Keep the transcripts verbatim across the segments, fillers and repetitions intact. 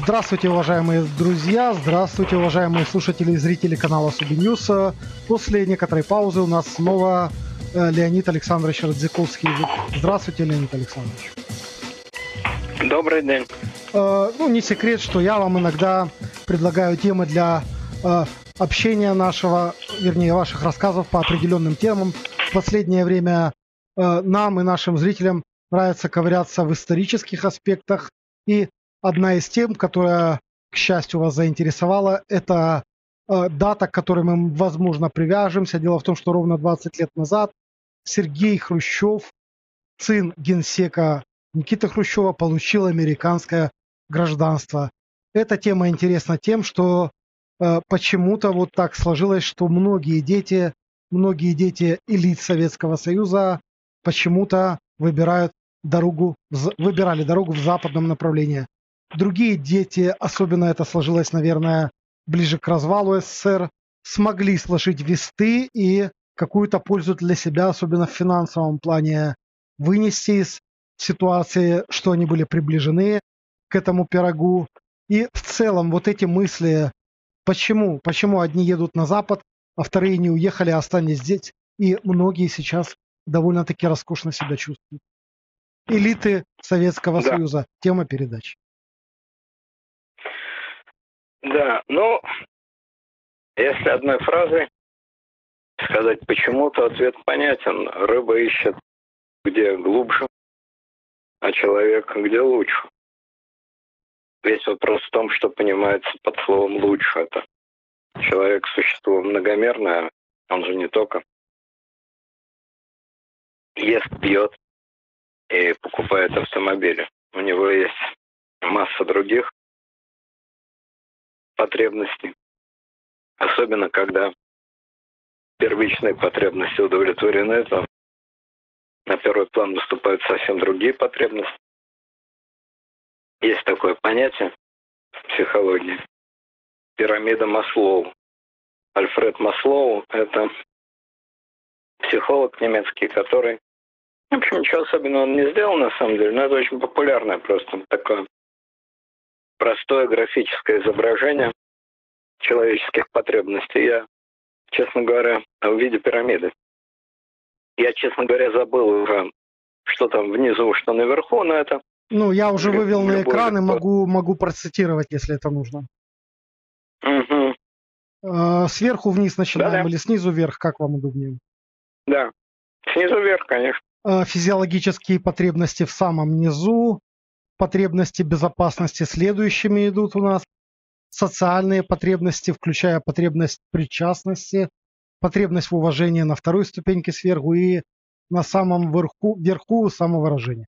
Здравствуйте, уважаемые друзья, здравствуйте, уважаемые слушатели и зрители канала Субиньюз. После некоторой паузы у нас снова Леонид Александрович Радзиковский. Здравствуйте, Леонид Александрович. Добрый день. Ну, не секрет, что я вам иногда предлагаю темы для общения нашего, вернее, ваших рассказов по определенным темам. В последнее время нам и нашим зрителям нравится ковыряться в исторических аспектах. И одна из тем, которая, к счастью, вас заинтересовала, это э, дата, к которой мы, возможно, привяжемся. Дело в том, что ровно двадцать лет назад Сергей Хрущев, сын генсека Никиты Хрущева, получил американское гражданство. Эта тема интересна тем, что э, почему-то вот так сложилось, что многие дети, многие дети элит Советского Союза почему-то выбирают дорогу, выбирали дорогу в западном направлении. Другие дети, особенно это сложилось, наверное, ближе к развалу СССР, смогли сложить весты и какую-то пользу для себя, особенно в финансовом плане, вынести из ситуации, что они были приближены к этому пирогу. И в целом вот эти мысли, почему, почему одни едут на Запад, а вторые не уехали, а остались здесь, и многие сейчас довольно-таки роскошно себя чувствуют. Элиты Советского Да. Союза. Тема передачи. Да, ну, если одной фразой сказать почему, то ответ понятен. Рыба ищет где глубже, а человек где лучше. Весь вопрос в том, что понимается под словом «лучше». Это человек – существо многомерное, он же не только ест, пьет и покупает автомобили. У него есть масса других потребностей. Особенно, когда первичные потребности удовлетворены, то на первый план выступают совсем другие потребности. Есть такое понятие в психологии – пирамида Маслоу. Альфред Маслоу – это психолог немецкий, который, в общем, ничего особенного он не сделал на самом деле, но это очень популярное просто такое простое графическое изображение человеческих потребностей. Я, честно говоря, в виде пирамиды. Я, честно говоря, забыл уже, что там внизу, что наверху, но это... Ну, я уже вывел на экран и могу, могу процитировать, если это нужно. Угу. Э, сверху вниз начинаем Да-да. или снизу вверх, как вам удобнее? Да, снизу вверх, конечно. Э, физиологические потребности в самом низу, потребности безопасности следующими идут у нас, социальные потребности, включая потребность причастности, потребность в уважении на второй ступеньке сверху и на самом верху, верху самовыражение.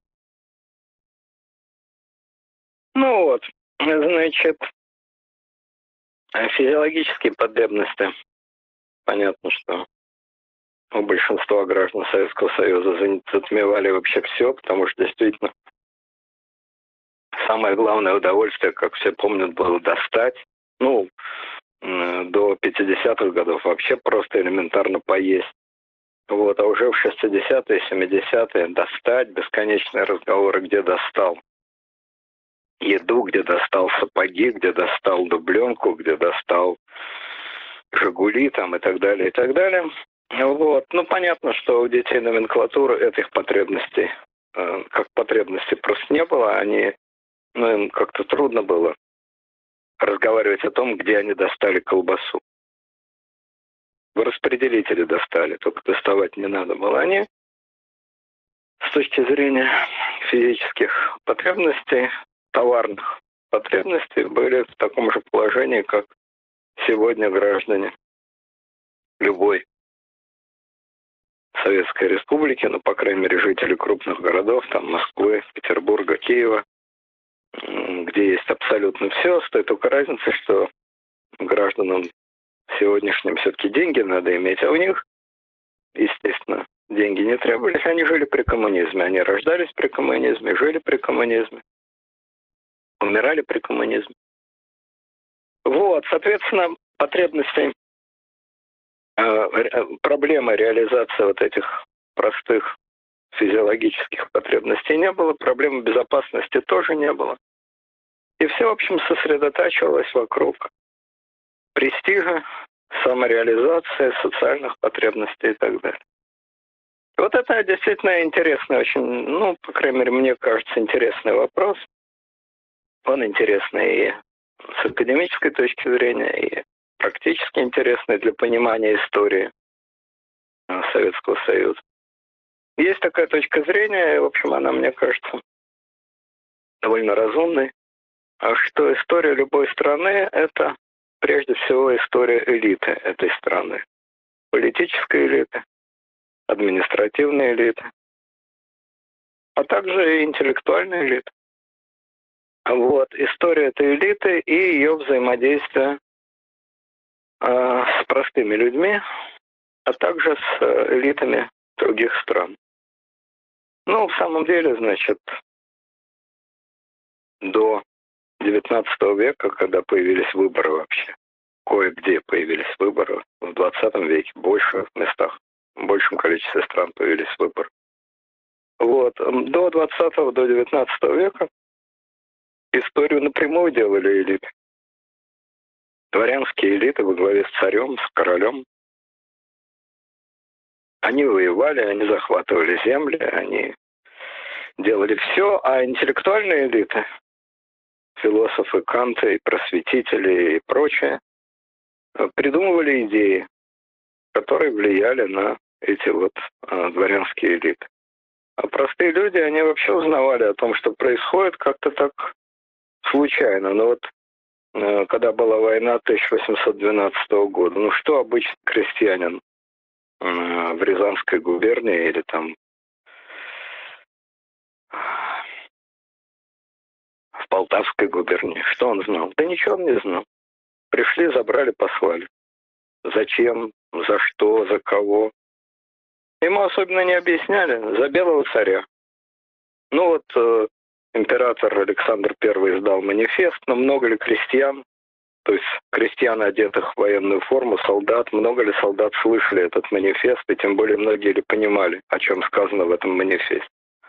Ну вот, значит, физиологические потребности. Понятно, что у большинства граждан Советского Союза затмевали вообще все, потому что действительно самое главное удовольствие, как все помнят, было достать. Ну, до пятидесятых годов вообще просто элементарно поесть. Вот, а уже в шестидесятые, семидесятые достать, бесконечные разговоры, где достал еду, где достал сапоги, где достал дубленку, где достал «Жигули» там и так далее, и так далее. Вот. Ну, понятно, что у детей номенклатуры этих потребностей, э, как потребностей, просто не было. Они, ну, им как-то трудно было разговаривать о том, где они достали колбасу. В распределителе достали, только доставать не надо было. Они, с точки зрения физических потребностей, товарных потребностей, были в таком же положении, как сегодня граждане любой Советской Республики, ну, по крайней мере, жители крупных городов, там, Москвы, Петербурга, Киева, где есть абсолютно все, с той только разницей, что гражданам сегодняшним все-таки деньги надо иметь, а у них, естественно, деньги не требовались, они жили при коммунизме, они рождались при коммунизме, жили при коммунизме, умирали при коммунизме. Вот, соответственно, потребности, э, проблемы реализации вот этих простых физиологических потребностей не было, проблемы безопасности тоже не было. И все, в общем, сосредотачивалось вокруг престижа, самореализации, социальных потребностей и так далее. Вот это действительно интересный очень, ну, по крайней мере, мне кажется, интересный вопрос. Он интересный и с академической точки зрения, и практически интересный для понимания истории Советского Союза. Есть такая точка зрения, и, в общем, она, мне кажется, довольно разумной, что история любой страны – это прежде всего история элиты этой страны. Политической элиты, административной элиты, а также и интеллектуальной элиты. Вот, история этой элиты и ее взаимодействие э, с простыми людьми, а также с элитами других стран. Ну, в самом деле, значит, до девятнадцатого века, когда появились выборы вообще, кое-где появились выборы, в двадцатом веке больше в местах, в большем количестве стран появились выборы. Вот, до двадцатого, до девятнадцатого века историю напрямую делали элиты. Дворянские элиты во главе с царем, с королем. Они воевали, они захватывали земли, они делали все, а интеллектуальные элиты, философы Канта и просветители и прочее, придумывали идеи, которые влияли на эти вот а, дворянские элиты. А простые люди, они вообще узнавали о том, что происходит как-то так случайно. Но вот а, когда была война тысяча восемьсот двенадцатого года, ну что обычный крестьянин а, в Рязанской губернии или там в Полтавской губернии, что он знал? Да ничего он не знал. Пришли, забрали, послали. Зачем, за что, за кого? Ему особенно не объясняли. За белого царя. Ну вот э, император Александр Первый издал манифест, но много ли крестьян, то есть крестьян, одетых в военную форму, солдат, много ли солдат слышали этот манифест, и тем более многие ли понимали, о чем сказано в этом манифесте.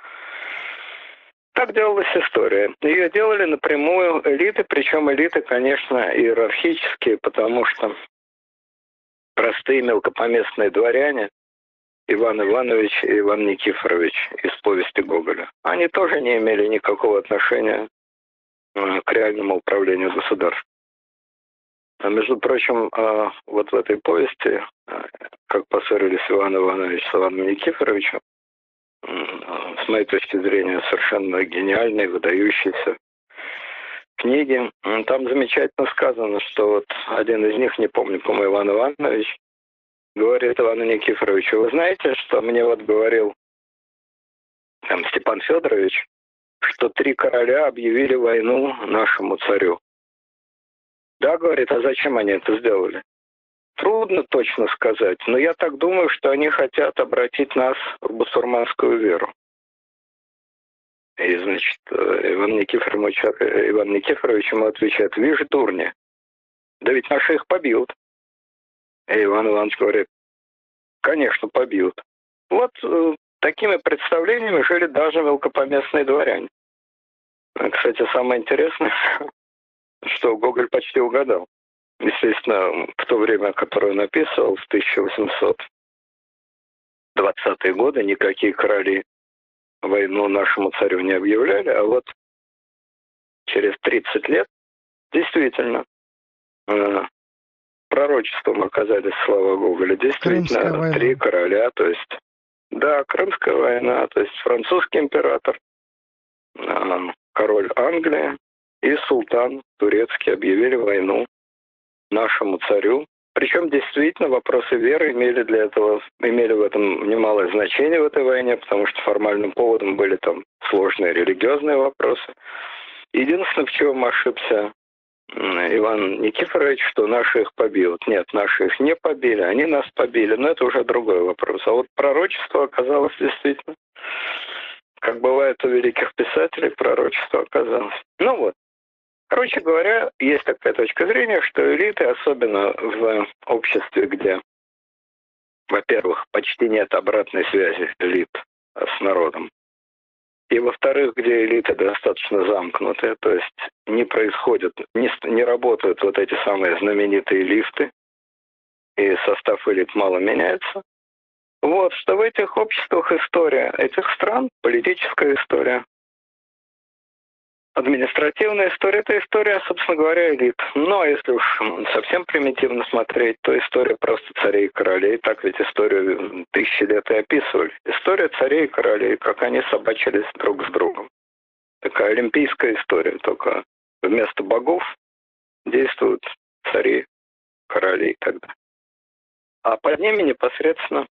Так делалась история. Ее делали напрямую элиты, причем элиты, конечно, иерархические, потому что простые мелкопоместные дворяне, Иван Иванович и Иван Никифорович из повести Гоголя, они тоже не имели никакого отношения к реальному управлению государством. А между прочим, вот в этой повести, как поссорились Иван Иванович с Иваном Никифоровичем, с моей точки зрения, совершенно гениальной, выдающейся книги. Там замечательно сказано, что вот один из них, не помню, по-моему, Иван Иванович, говорит Ивану Никифоровичу: вы знаете, что мне вот говорил там Степан Федорович, что три короля объявили войну нашему царю. Да, говорит, а зачем они это сделали? Трудно точно сказать, но я так думаю, что они хотят обратить нас в басурманскую веру. И, значит, Иван Никифорович, Иван Никифорович ему отвечает: вижу, дурни, да ведь наши их побьют. И Иван Иванович говорит: конечно, побьют. Вот э, такими представлениями жили даже мелкопоместные дворяне. Кстати, самое интересное, что Гоголь почти угадал. Естественно, в то время, которое он написывал, в тысяча восемьсот двадцатые годы, никакие короли войну нашему царю не объявляли, а вот через тридцать лет действительно э, пророчеством оказались слова Гоголя. Действительно, три короля, то есть, да, Крымская война, то есть французский император, э, король Англии и султан турецкий объявили войну нашему царю. Причем действительно вопросы веры имели для этого, имели в этом немалое значение в этой войне, потому что формальным поводом были там сложные религиозные вопросы. Единственное, в чем ошибся Иван Никифорович, что наши их побьют. Нет, наши их не побили, они нас побили, но это уже другой вопрос. А вот пророчество оказалось действительно, как бывает у великих писателей, пророчество оказалось. Ну вот. Короче говоря, есть такая точка зрения, что элиты, особенно в обществе, где, во-первых, почти нет обратной связи элит с народом, И, во-вторых, где элиты достаточно замкнутые, то есть не происходят, не, не работают вот эти самые знаменитые лифты, и состав элит мало меняется. Вот, что в этих обществах история этих стран, политическая история, административная история — это история, собственно говоря, элит. Но если уж совсем примитивно смотреть, то история просто царей и королей. Так ведь историю тысячи лет и описывали. История царей и королей, как они собачились друг с другом. Такая олимпийская история, только вместо богов действуют цари, короли и так далее. А под ними непосредственно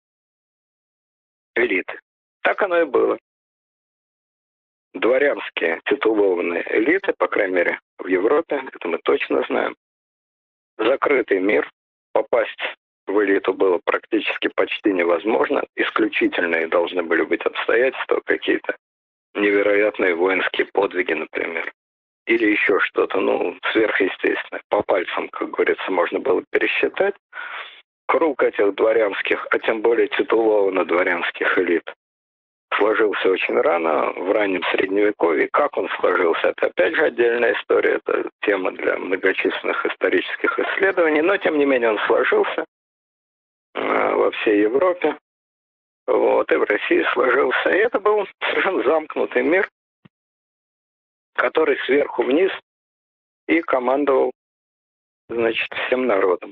элиты. Так оно и было. Дворянские титулованные элиты, по крайней мере, в Европе, это мы точно знаем. Закрытый мир, попасть в элиту было практически почти невозможно. Исключительные должны были быть обстоятельства, какие-то невероятные воинские подвиги, например. Или еще что-то, ну, сверхъестественное. По пальцам, как говорится, можно было пересчитать. Круг этих дворянских, а тем более титулованно дворянских элит, сложился очень рано, в раннем Средневековье. Как он сложился, это опять же отдельная история, это тема для многочисленных исторических исследований, но тем не менее он сложился во всей Европе, вот, и в России сложился. И это был совершенно замкнутый мир, который сверху вниз и командовал, значит, всем народом.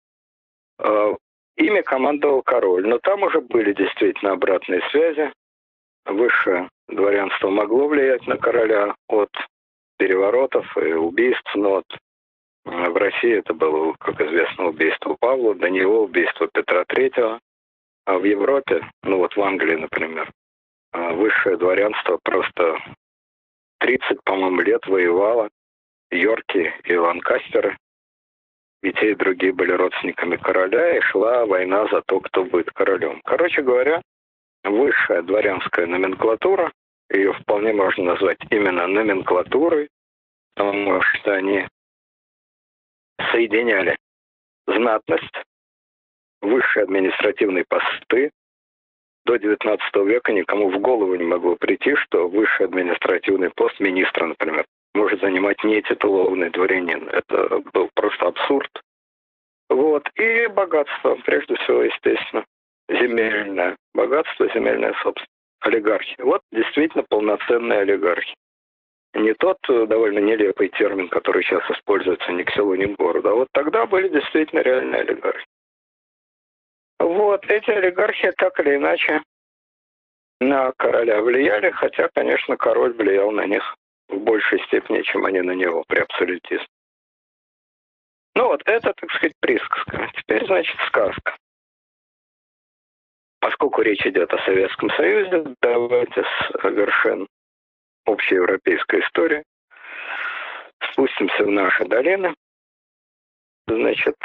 Ими командовал король, но там уже были действительно обратные связи. Высшее дворянство могло влиять на короля от переворотов и убийств, но от, в России это было, как известно, убийство Павла, до него убийство Петра Третьего, а в Европе, ну вот в Англии, например, высшее дворянство просто тридцать, по-моему, лет воевало, Йорки и Ланкастеры, и те, и другие были родственниками короля, и шла война за то, кто будет королем. Короче говоря, высшая дворянская номенклатура, ее вполне можно назвать именно номенклатурой, потому что они соединяли знатность, высшие административные посты. До девятнадцатого века никому в голову не могло прийти, что высший административный пост министра, например, может занимать нетитулованный дворянин. Это был просто абсурд. Вот. И богатство, прежде всего, естественно. Земельное богатство, земельная собственность, олигархия. Вот действительно полноценная олигархия. Не тот довольно нелепый термин, который сейчас используется ни к селу, ни к городу, а вот тогда были действительно реальные олигархи. Вот эти олигархи так или иначе на короля влияли, хотя, конечно, король влиял на них в большей степени, чем они на него при абсолютизме. Ну вот это, так сказать, присказка. Теперь, значит, сказка. Поскольку речь идет о Советском Союзе, давайте с вершин общеевропейской истории спустимся в наши долины. Значит,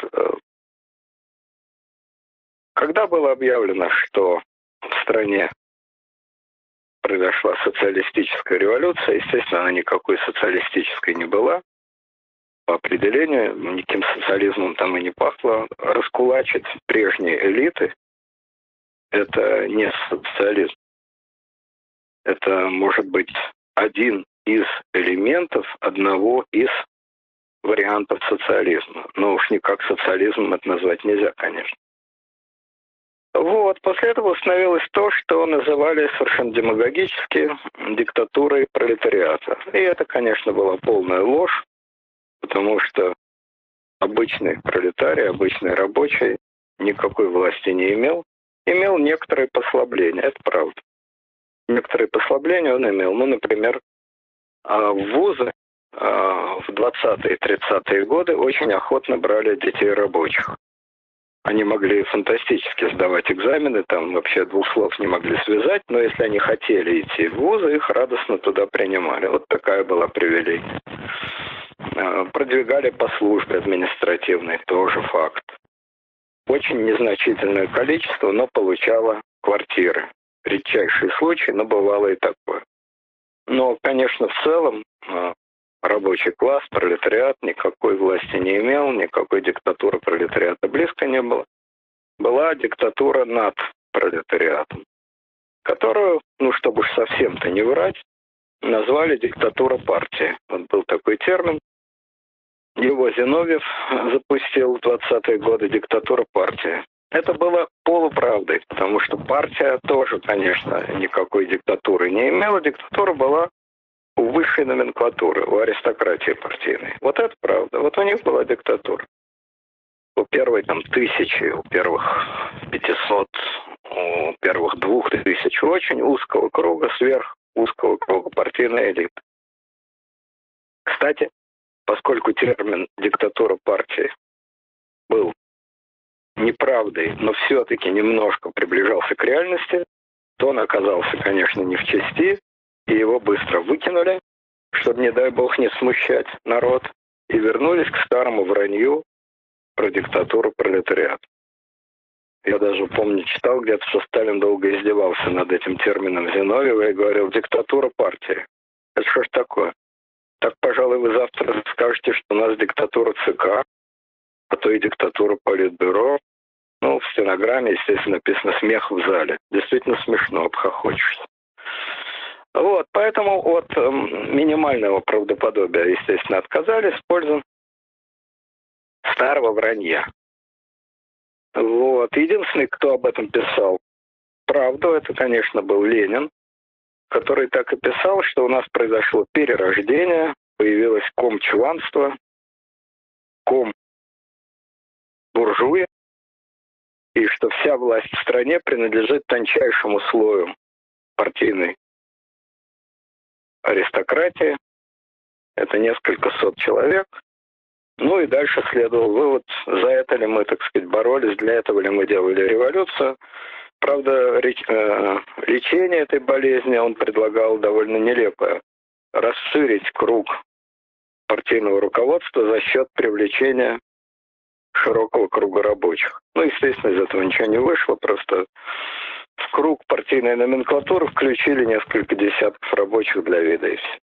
когда было объявлено, что в стране произошла социалистическая революция, естественно, она никакой социалистической не была, по определению, никаким социализмом там и не пахло, раскулачить прежние элиты — это не социализм. Это может быть один из элементов одного из вариантов социализма. Но уж никак социализмом это назвать нельзя, конечно. Вот, после этого установилось то, что называли совершенно демагогически диктатурой пролетариата. И это, конечно, была полная ложь, потому что обычный пролетарий, обычный рабочий никакой власти не имел. Имел некоторые послабления, это правда. Некоторые послабления он имел. Ну, например, в вузы в двадцатые и тридцатые годы очень охотно брали детей рабочих. Они могли фантастически сдавать экзамены, там вообще двух слов не могли связать, но если они хотели идти в вузы, их радостно туда принимали. Вот такая была привилегия. Продвигали по службе административной, тоже факт. Очень незначительное количество, но получало квартиры. Редчайший случай, но бывало и такое. Но, конечно, в целом рабочий класс, пролетариат никакой власти не имел, никакой диктатуры пролетариата близко не было. Была диктатура над пролетариатом. которую, ну, чтобы уж совсем-то не врать, назвали диктатура партии. Вот был такой термин. Его Зиновьев запустил в двадцатые годы, диктатура партии. Это было полуправдой, потому что партия тоже, конечно, никакой диктатуры не имела. Диктатура была у высшей номенклатуры, у аристократии партийной. Вот это правда. Вот у них была диктатура. У первой там тысячи, у первых пятисот, у первых двух тысяч очень узкого круга, сверх узкого круга партийной элиты. Кстати, поскольку термин «диктатура партии» был неправдой, но все-таки немножко приближался к реальности, то он оказался, конечно, не в чести, и его быстро выкинули, чтобы, не дай бог, не смущать народ, и вернулись к старому вранью про диктатуру пролетариата. Я даже, помню, читал где-то, что Сталин долго издевался над этим термином Зиновьева и говорил «диктатура партии». Это что ж такое? Так, пожалуй, вы завтра скажете, что у нас диктатура ЦК, а то и диктатура Политбюро. Ну, в стенограмме, естественно, написано «смех в зале». Действительно смешно, обхохочешься. Вот, поэтому от э, минимального правдоподобия, естественно, отказались в пользу старого вранья. Вот. Единственный, кто об этом писал правду, это, конечно, был Ленин, который так и писал, что у нас произошло перерождение, появилось ком-чванство, ком-буржуи, и что вся власть в стране принадлежит тончайшему слою партийной аристократии. Это несколько сот человек. Ну и дальше следовал вывод, за это ли мы, так сказать, боролись, для этого ли мы делали революцию. Правда, лечение этой болезни он предлагал довольно нелепое. Расширить круг партийного руководства за счет привлечения широкого круга рабочих. Ну, естественно, из этого ничего не вышло, просто в круг партийной номенклатуры включили несколько десятков рабочих для вида и все.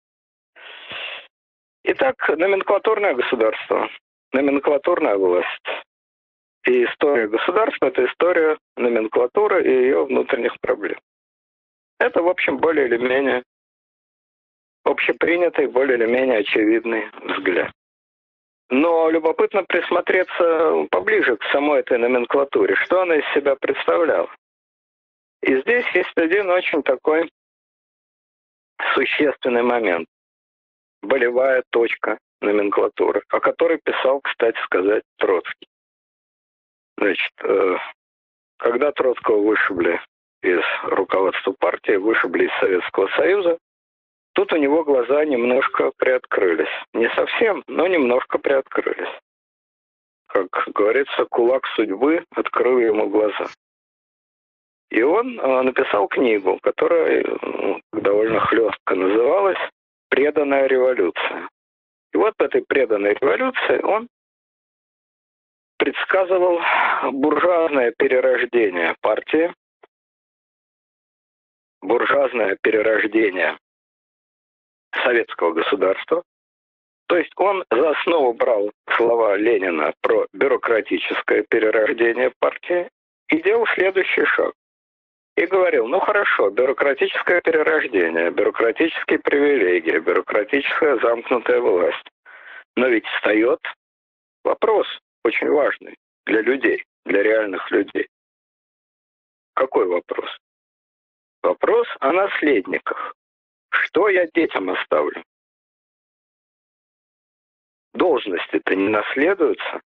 Итак, номенклатурное государство, номенклатурная власть. И история государства – это история номенклатуры и ее внутренних проблем. Это, в общем, более или менее общепринятый, более или менее очевидный взгляд. Но любопытно присмотреться поближе к самой этой номенклатуре, что она из себя представляла. И здесь есть один очень такой существенный момент. Болевая точка номенклатуры, о которой писал, кстати сказать, Троцкий. Значит, когда Троцкого вышибли из руководства партии, вышибли из Советского Союза, тут у него глаза немножко приоткрылись. Не совсем, но немножко приоткрылись. Как говорится, кулак судьбы открыл ему глаза. И он написал книгу, которая ну, довольно хлестко называлась «Преданная революция». И вот в этой преданной революции он предсказывал буржуазное перерождение партии, буржуазное перерождение советского государства. То есть он за основу брал слова Ленина про бюрократическое перерождение партии и делал следующий шаг. И говорил, ну хорошо, бюрократическое перерождение, бюрократические привилегии, бюрократическая замкнутая власть. Но ведь встает вопрос очень важный для людей, для реальных людей. Какой вопрос? Вопрос о наследниках. Что я детям оставлю? Должности-то не наследуются.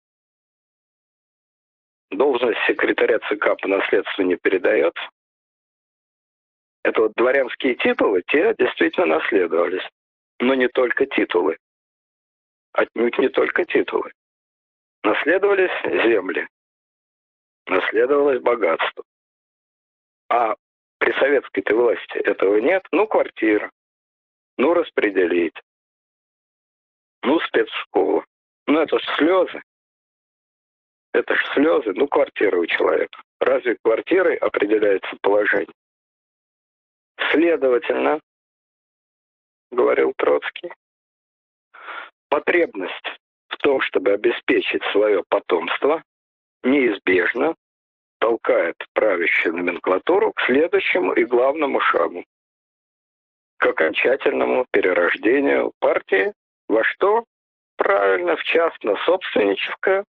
Должность секретаря ЦК по наследству не передается. Это вот дворянские титулы, те действительно наследовались. Но не только титулы. Отнюдь не только титулы. Наследовались земли. Наследовалось богатство. А при советской-то власти этого нет. Ну, квартира. Ну, распределить. Ну, спецшкола. Ну, это ж слезы. Это ж слезы. Ну, квартира у человека. Разве квартирой определяется положение? Следовательно, говорил Троцкий, потребность в том, чтобы обеспечить свое потомство, неизбежно толкает правящую номенклатуру к следующему и главному шагу, к окончательному перерождению партии во что? Правильно, в частно-собственническое,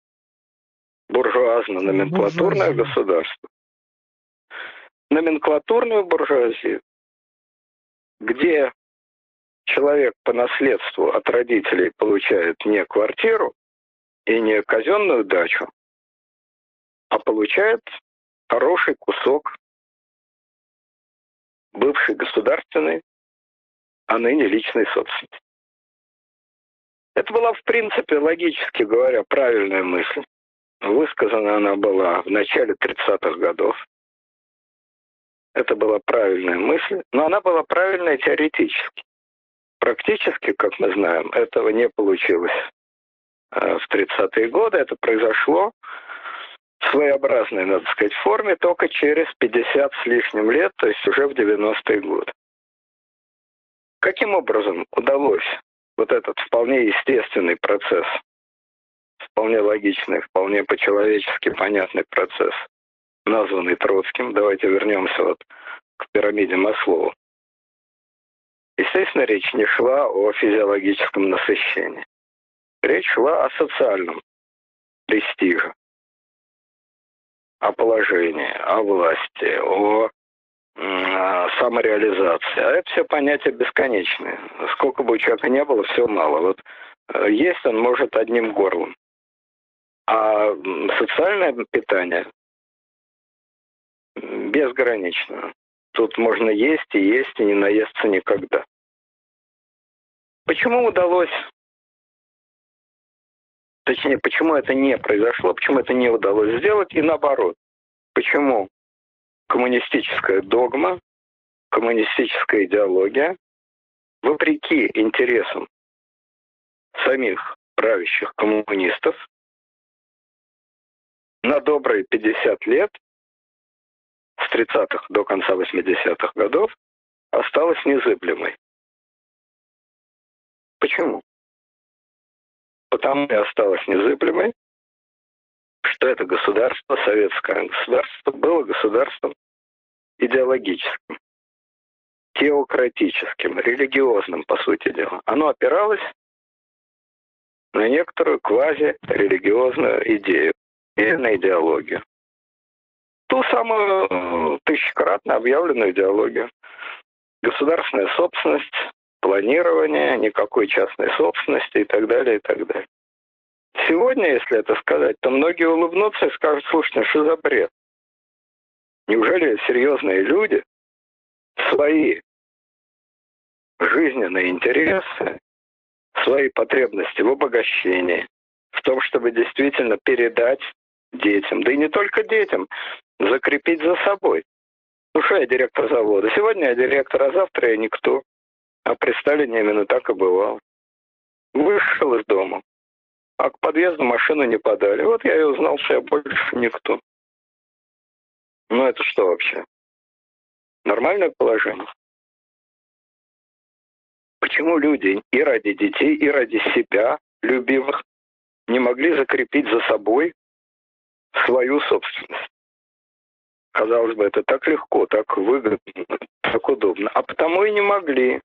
буржуазно-номенклатурное Буржуазия. государство. Номенклатурную буржуазию, где человек по наследству от родителей получает не квартиру и не казенную дачу, а получает хороший кусок бывшей государственной, а ныне личной собственности. Это была, в принципе, логически говоря, правильная мысль. Высказана она была в начале тридцатых годов. Это была правильная мысль, но она была правильная теоретически. Практически, как мы знаем, этого не получилось в тридцатые годы. Это произошло в своеобразной, надо сказать, форме только через пятьдесят с лишним лет, то есть уже в девяностые годы. Каким образом удалось вот этот вполне естественный процесс, вполне логичный, вполне по-человечески понятный процесс, названный Троцким, давайте вернемся вот к пирамиде Маслоу. Естественно, речь не шла о физиологическом насыщении. Речь шла о социальном престиже, о положении, о власти, о самореализации. А это все понятия бесконечные. Сколько бы у человека ни было, все мало. Вот есть он может одним горлом. А социальное питание безгранично. Тут можно есть и есть, и не наесться никогда. Почему удалось, точнее, почему это не произошло, почему это не удалось сделать, и наоборот, почему коммунистическая догма, коммунистическая идеология, вопреки интересам самих правящих коммунистов, на добрые пятьдесят лет, с тридцатых до конца восьмидесятых годов, осталась незыблемой. Почему? Потому и осталась незыблемой, что это государство, советское государство, было государством идеологическим, теократическим, религиозным, по сути дела. Оно опиралось на некоторую квази-религиозную идею или на идеологию. Ту самую тысячекратно объявленную идеологию. Государственная собственность, планирование, никакой частной собственности и так далее, и так далее. Сегодня, если это сказать, то многие улыбнутся и скажут: слушайте, что за бред? Неужели серьезные люди свои жизненные интересы, свои потребности в обогащении, в том, чтобы действительно передать детям, да и не только детям, закрепить за собой? Ну что, я директор завода. Сегодня я директор, а завтра я никто. А при Сталине именно так и бывало. Вышел из дома, а к подъезду машину не подали. Вот я и узнал, что я больше никто. Ну это что вообще? Нормальное положение? Почему люди и ради детей, и ради себя, любимых, не могли закрепить за собой свою собственность? Казалось бы, это так легко, так выгодно, так удобно. А потому и не могли.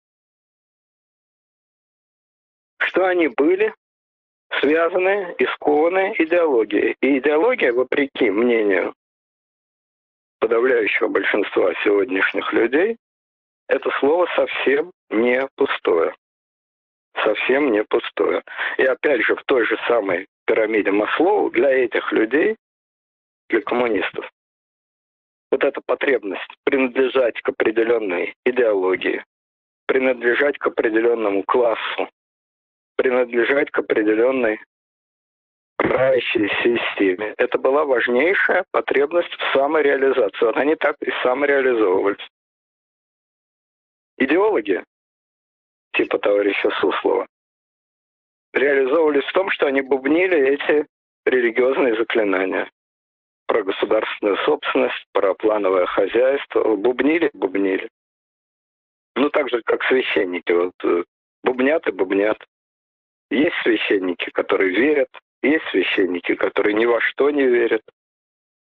Что они были связаны и скованы идеологией. И идеология, вопреки мнению подавляющего большинства сегодняшних людей, это слово совсем не пустое. Совсем не пустое. И опять же, в той же самой пирамиде Маслоу для этих людей, для коммунистов, вот эта потребность принадлежать к определенной идеологии, принадлежать к определенному классу, принадлежать к определенной правящей системе. Это была важнейшая потребность в самореализации. Вот они так и самореализовывались. Идеологи, типа товарища Суслова, реализовывались в том, что они бубнили эти религиозные заклинания про государственную собственность, про плановое хозяйство. Бубнили, бубнили. Ну, так же, как священники. Вот бубнят и бубнят. Есть священники, которые верят, есть священники, которые ни во что не верят.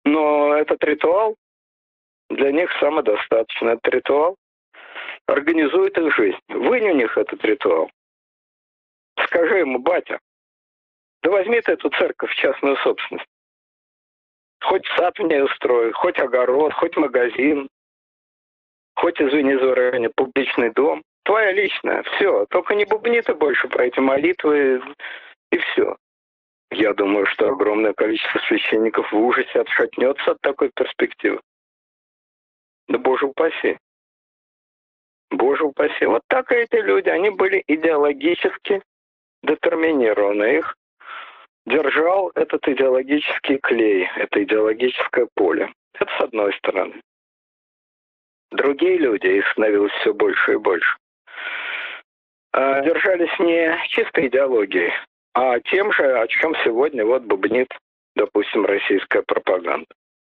Но этот ритуал для них самодостаточный. Этот ритуал организует их жизнь. Вынь у них этот ритуал. Скажи ему: батя, да возьми ты эту церковь в частную собственность. Хоть сад в ней устрой, хоть огород, хоть магазин, хоть, извини за выражение, публичный дом. Твоя личная, все. Только не бубни ты больше про эти молитвы, и все. Я думаю, что огромное количество священников в ужасе отшатнется от такой перспективы. Да боже упаси. Боже упаси. Вот так и эти люди, они были идеологически детерминированы. Их держал этот идеологический клей, это идеологическое поле. Это с одной стороны. Другие люди, их становилось все больше и больше, держались не чистой идеологией, а тем же, о чем сегодня вот бубнит, допустим, российская пропаганда.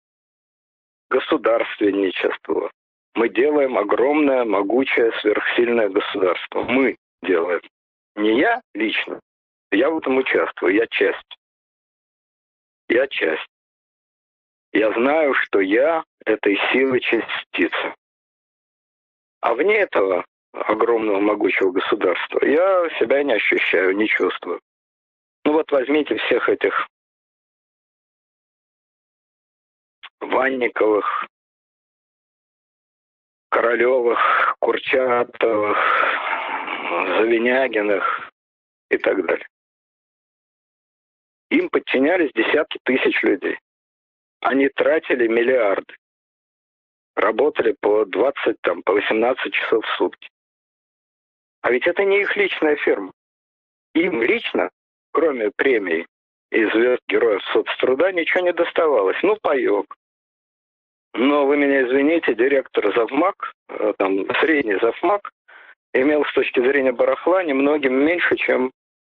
Государственничество. Мы делаем огромное, могучее, сверхсильное государство. Мы делаем. Не я лично. Я в этом участвую. Я часть. Я часть. Я знаю, что я этой силы частица. А вне этого огромного, могучего государства я себя не ощущаю, не чувствую. Ну вот возьмите всех этих Ванниковых, Королевых, Курчатовых, Завинягиных и так далее. Им подчинялись десятки тысяч людей. Они тратили миллиарды. Работали по двадцать, там, по восемнадцать часов в сутки. А ведь это не их личная фирма. Им лично, кроме премий и звезд Героев соцтруда, ничего не доставалось. Ну, паёк. Но вы меня извините, директор завмак, там, средний завмак, имел с точки зрения барахла немногим меньше, чем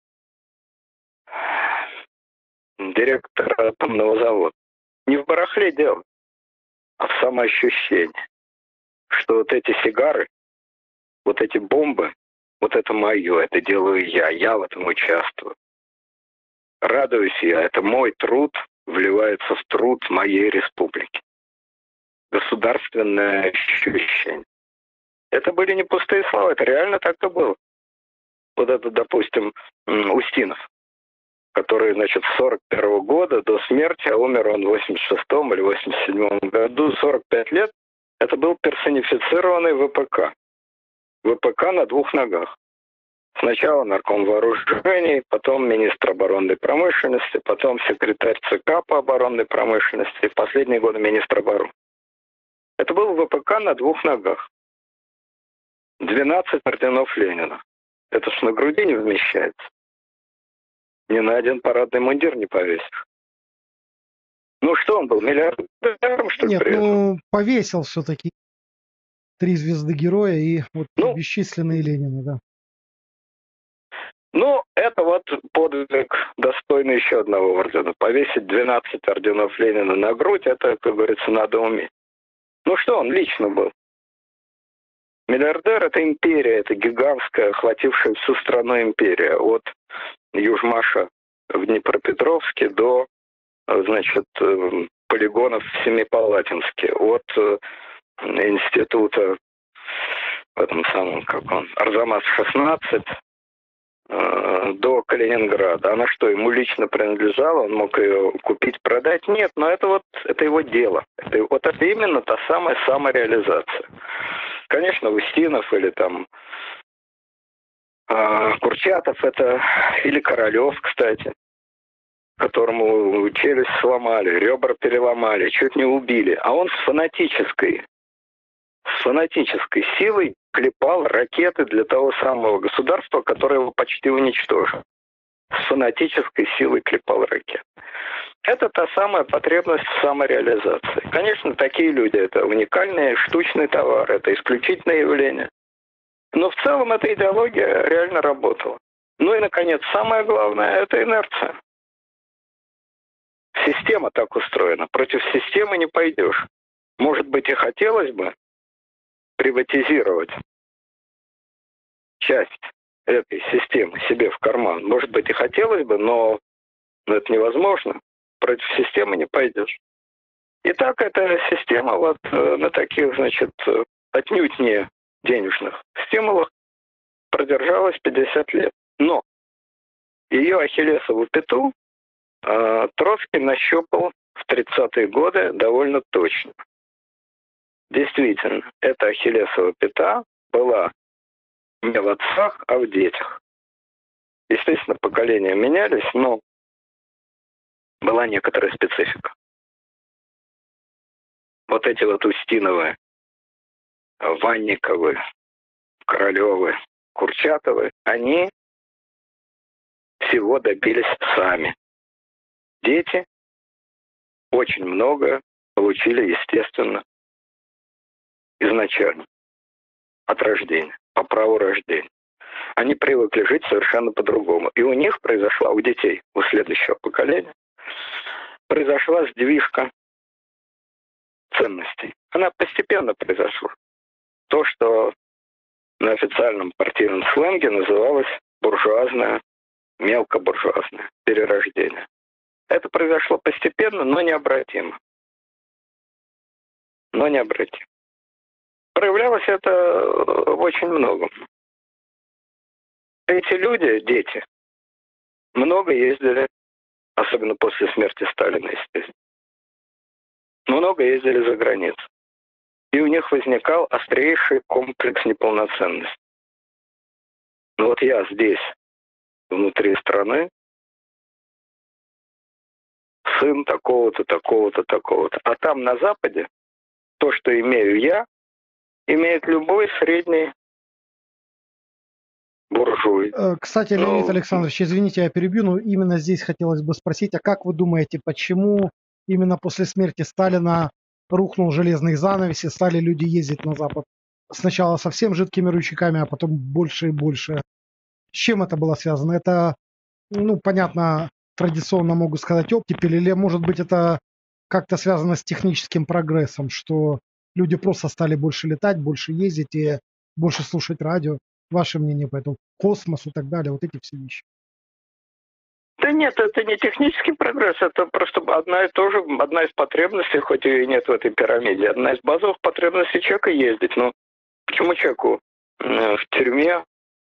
директор атомного завода. Не в барахле дело, а в самоощущении, что вот эти сигары, вот эти бомбы, вот это мое, это делаю я, я в этом участвую. Радуюсь я, это мой труд вливается в труд моей республики. Государственное ощущение. Это были не пустые слова, это реально так и было. Вот это, допустим, Устинов, который, значит, с сорок первого года до смерти, а умер он в восемьдесят шестом или восемьдесят седьмом году, сорок пять лет, это был персонифицированный ВПК. ВПК на двух ногах. Сначала нарком вооружений, потом министр оборонной промышленности, потом секретарь ЦК по оборонной промышленности, в последние годы министр обороны. Это был ВПК на двух ногах. двенадцать орденов Ленина. Это ж на груди не вмещается. Ни на один парадный мундир не повесишь. Ну что, он был миллиардером, что ли? Нет, ну повесил все-таки три звезды героя и вот ну, бесчисленные Ленины, да. Ну, это вот подвиг, достойный еще одного ордена. Повесить двенадцать орденов Ленина на грудь, это, как говорится, надо уметь. Ну что, он лично был. Миллиардер — это империя, это гигантская, охватившая всю страну империя. От Южмаша в Днепропетровске до, значит, полигонов в Семипалатинске. От института, в этом самом, как он, Арзамас шестнадцать, до Калининграда. Она что, ему лично принадлежала? Он мог ее купить, продать? Нет, но это вот это его дело. Это, вот это именно та самая самореализация. Конечно, Устинов или там э, Курчатов это, или Королев, кстати, которому челюсть сломали, ребра переломали, чуть не убили. А он с фанатической, с фанатической силой клепал ракеты для того самого государства, которое его почти уничтожило. С фанатической силой клепал ракеты. Это та самая потребность в самореализации. Конечно, такие люди — это уникальный штучный товар, это исключительное явление. Но в целом эта идеология реально работала. Ну и, наконец, самое главное — это инерция. Система так устроена. Против системы не пойдешь. Может быть, и хотелось бы приватизировать часть этой системы себе в карман. Может быть, и хотелось бы, но, но это невозможно. Против системы не пойдешь. И так эта система вот на таких, значит, отнюдь не денежных стимулах продержалась пятьдесят лет. Но ее ахиллесову пяту э, Троцкий нащупал в тридцатые годы довольно точно. Действительно, эта ахиллесова пята была не в отцах, а в детях. Естественно, поколения менялись, но была некоторая специфика. Вот эти вот Устиновы, Ванниковы, Королевы, Курчатовы, они всего добились сами. Дети очень много получили, естественно, изначально, от рождения, по праву рождения. Они привыкли жить совершенно по-другому. И у них произошла, у детей, у следующего поколения, произошла сдвижка ценностей. Она постепенно произошла. То, что на официальном партийном сленге называлось буржуазное, мелкобуржуазное перерождение. Это произошло постепенно, но необратимо. Но необратимо. Проявлялось это в очень многом. Эти люди, дети, много ездили, особенно после смерти Сталина, естественно. Много ездили за границу. И у них возникал острейший комплекс неполноценности. Но вот я здесь, внутри страны, сын такого-то, такого-то, такого-то. А там на Западе то, что имею я, имеет любой средний буржуй. Кстати, Леонид Александрович, извините, я перебью, но именно здесь хотелось бы спросить, а как вы думаете, почему именно после смерти Сталина рухнул железный занавес и стали люди ездить на Запад? Сначала совсем жидкими ручейками, а потом больше и больше. С чем это было связано? Это, ну, понятно, традиционно могу сказать оттепель, или, может быть, это как-то связано с техническим прогрессом, что люди просто стали больше летать, больше ездить и больше слушать радио? Ваше мнение по этому? Космос и так далее, вот эти все вещи. Да нет, это не технический прогресс, это просто одна и тоже, одна из потребностей, хоть и нет в этой пирамиде, одна из базовых потребностей человека ездить. Но почему человеку в тюрьме,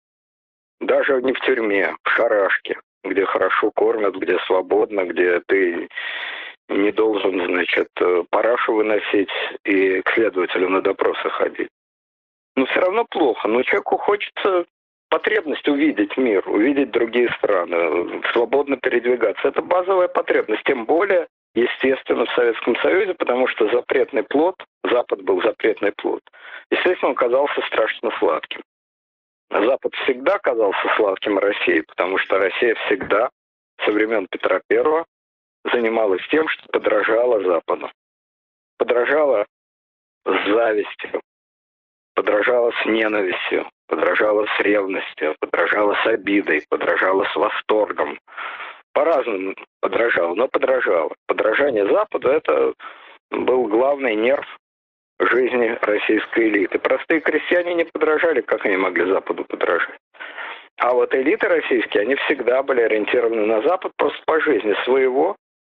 даже не в тюрьме, в шарашке, где хорошо кормят, где свободно, где ты не должен, значит, парашу выносить и к следователю на допросы ходить. Но все равно плохо. Но человеку хочется потребность увидеть мир, увидеть другие страны, свободно передвигаться. Это базовая потребность. Тем более, естественно, в Советском Союзе, потому что запретный плод, Запад был запретный плод, естественно, он казался страшно сладким. Запад всегда казался сладким России, потому что Россия всегда, со времен Петра Первого, занималась тем, что подражала Западу. Подражала с завистью, подражала с ненавистью, подражала с ревностью, подражала с обидой, подражала с восторгом. По-разному подражала, но подражала. Подражание Западу – это был главный нерв жизни российской элиты. Простые крестьяне не подражали, как они могли Западу подражать. А вот элиты российские, они всегда были ориентированы на Запад просто по жизни. Своего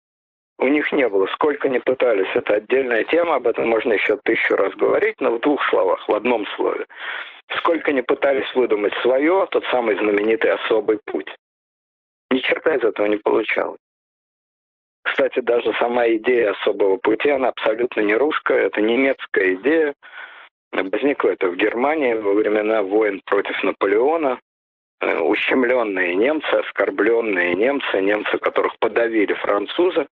у них не было. Сколько ни пытались, это отдельная тема, об этом можно еще тысячу раз говорить, но в двух словах, в одном слове. Сколько ни пытались выдумать свое, тот самый знаменитый особый путь. Ни черта из этого не получалось. Кстати, даже сама идея особого пути, она абсолютно не русская, это немецкая идея. Возникло это в Германии во времена войн против Наполеона. Ущемленные немцы, оскорбленные немцы, немцы, которых подавили французы,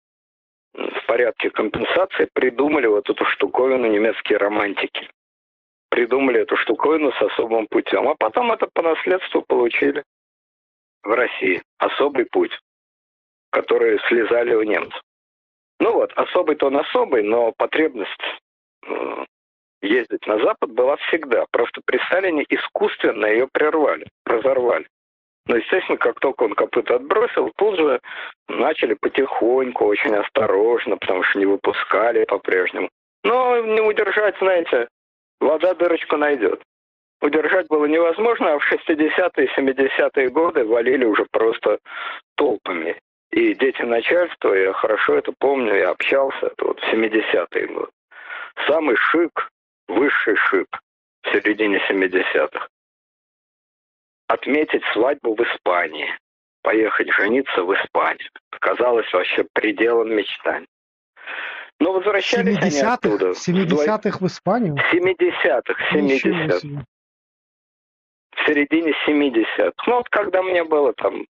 в порядке компенсации придумали вот эту штуковину немецкие романтики. Придумали эту штуковину с особым путем. А потом это по наследству получили в России. Особый путь, который слезали у немцев. Ну вот, особый-то он особый, но потребность э, ездить на Запад была всегда. Просто при Сталине искусственно ее прервали, разорвали. Но, естественно, как только он копыта отбросил, тут же начали потихоньку, очень осторожно, потому что не выпускали по-прежнему. Но не удержать, знаете, вода дырочку найдет. Удержать было невозможно, а в шестидесятые, семидесятые годы валили уже просто толпами. И дети начальства, я хорошо это помню, я общался, это вот в семидесятые годы. Самый шик, высший шик в середине семидесятых. Отметить свадьбу в Испании. Поехать жениться в Испанию. Казалось вообще пределом мечтаний. Но возвращались они оттуда. В семидесятых в Испанию? В семидесятых, семидесятых. В середине семидесятых. Ну вот когда мне было там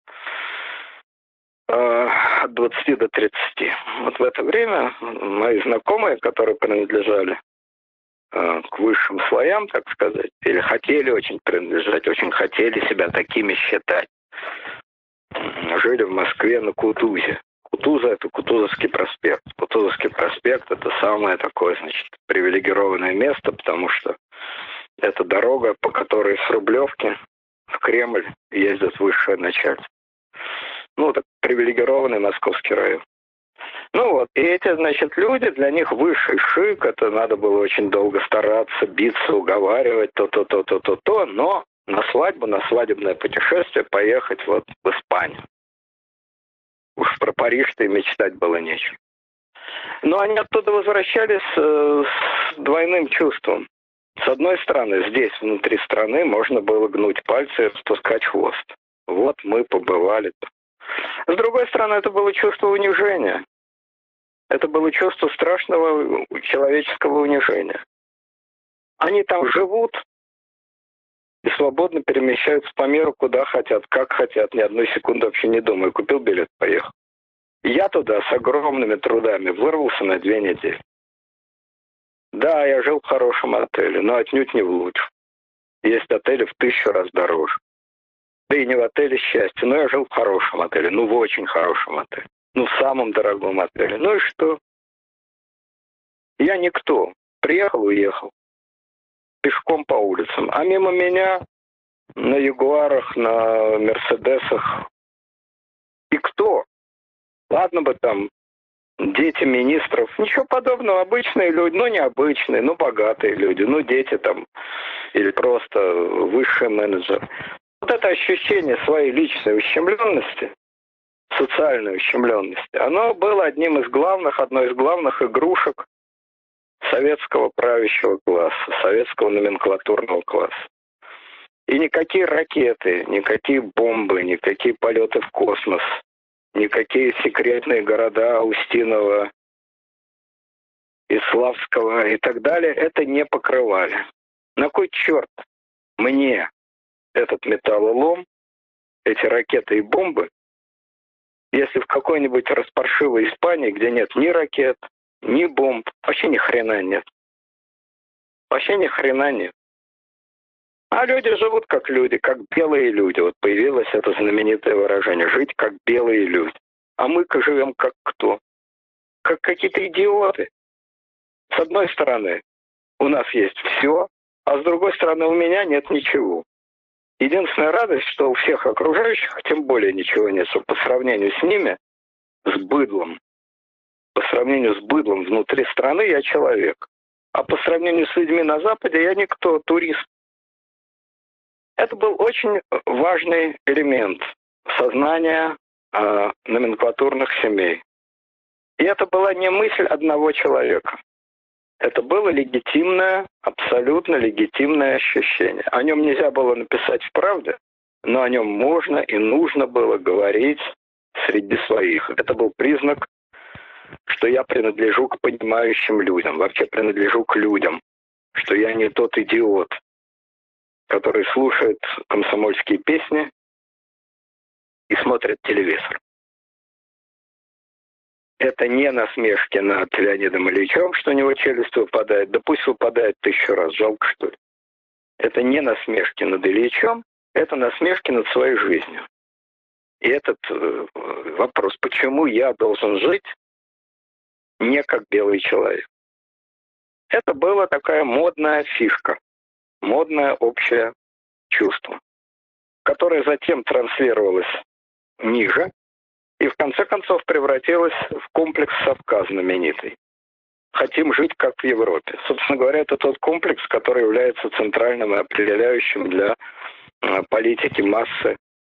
э, от двадцати до тридцати. Вот в это время мои знакомые, которые принадлежали э, к высшим слоям, так сказать, или хотели очень принадлежать, очень хотели себя такими считать, жили в Москве на Кутузе. Кутуза — это Кутузовский проспект. Кутузовский проспект — это самое такое, значит, привилегированное место, потому что это дорога, по которой с Рублевки в Кремль ездят высшее начальство. Ну, так привилегированный московский район. Ну вот, и эти, значит, люди, для них высший шик, это надо было очень долго стараться, биться, уговаривать, то-то, то-то, то-то, но на свадьбу, на свадебное путешествие поехать вот в Испанию. Уж про Париж-то и мечтать было нечего. Но они оттуда возвращались э, с двойным чувством. С одной стороны, здесь, внутри страны, можно было гнуть пальцы и спускать хвост. Вот мы побывали-то. С другой стороны, это было чувство унижения. Это было чувство страшного человеческого унижения. Они там живут и свободно перемещаются по миру, куда хотят, как хотят, ни одной секунды вообще не думая. Купил билет, поехал. Я туда с огромными трудами вырвался на две недели. Да, я жил в хорошем отеле, но отнюдь не в лучшем. Есть отели в тысячу раз дороже. Да и не в отеле счастья, но я жил в хорошем отеле, ну в очень хорошем отеле. Ну в самом дорогом отеле. Ну и что? Я никто. Приехал, уехал. Пешком по улицам. А мимо меня на Ягуарах, на Мерседесах. И кто? Ладно бы там дети министров. Ничего подобного. Обычные люди. Ну, необычные, ну, богатые люди. Ну, дети там. Или просто высшие менеджеры. Вот это ощущение своей личной ущемленности, социальной ущемленности, оно было одним из главных, одной из главных игрушек советского правящего класса, советского номенклатурного класса. И никакие ракеты, никакие бомбы, никакие полеты в космос, никакие секретные города Устинова, Иславского и так далее это не покрывали. На кой черт мне этот металлолом, эти ракеты и бомбы, если в какой-нибудь распаршивой Испании, где нет ни ракет, ни бомб, вообще ни хрена нет. Вообще ни хрена нет. А люди живут как люди, как белые люди. Вот появилось это знаменитое выражение. Жить как белые люди. А мы-ка живем как кто? Как какие-то идиоты. С одной стороны, у нас есть все, а с другой стороны, у меня нет ничего. Единственная радость, что у всех окружающих тем более ничего нет, что по сравнению с ними, с быдлом, по сравнению с быдлом внутри страны я человек. А по сравнению с людьми на Западе я никто, турист. Это был очень важный элемент сознания э, номенклатурных семей. И это была не мысль одного человека. Это было легитимное, абсолютно легитимное ощущение. О нем нельзя было написать в «Правде», но о нем можно и нужно было говорить среди своих. Это был признак, что я принадлежу к понимающим людям, вообще принадлежу к людям, что я не тот идиот, который слушает комсомольские песни и смотрит телевизор. Это не насмешки над Леонидом Ильичем, что у него челюсть выпадает. Да пусть выпадает тысячу раз, жалко что ли. Это не насмешки над Ильичем, это насмешки над своей жизнью. И этот э, вопрос, почему я должен жить не как белый человек. Это была такая модная фишка, модное общее чувство, которое затем транслировалось ниже, и в конце концов превратилась в комплекс «Совка» знаменитый. Хотим жить как в Европе. Собственно говоря, это тот комплекс, который является центральным и определяющим для политики массы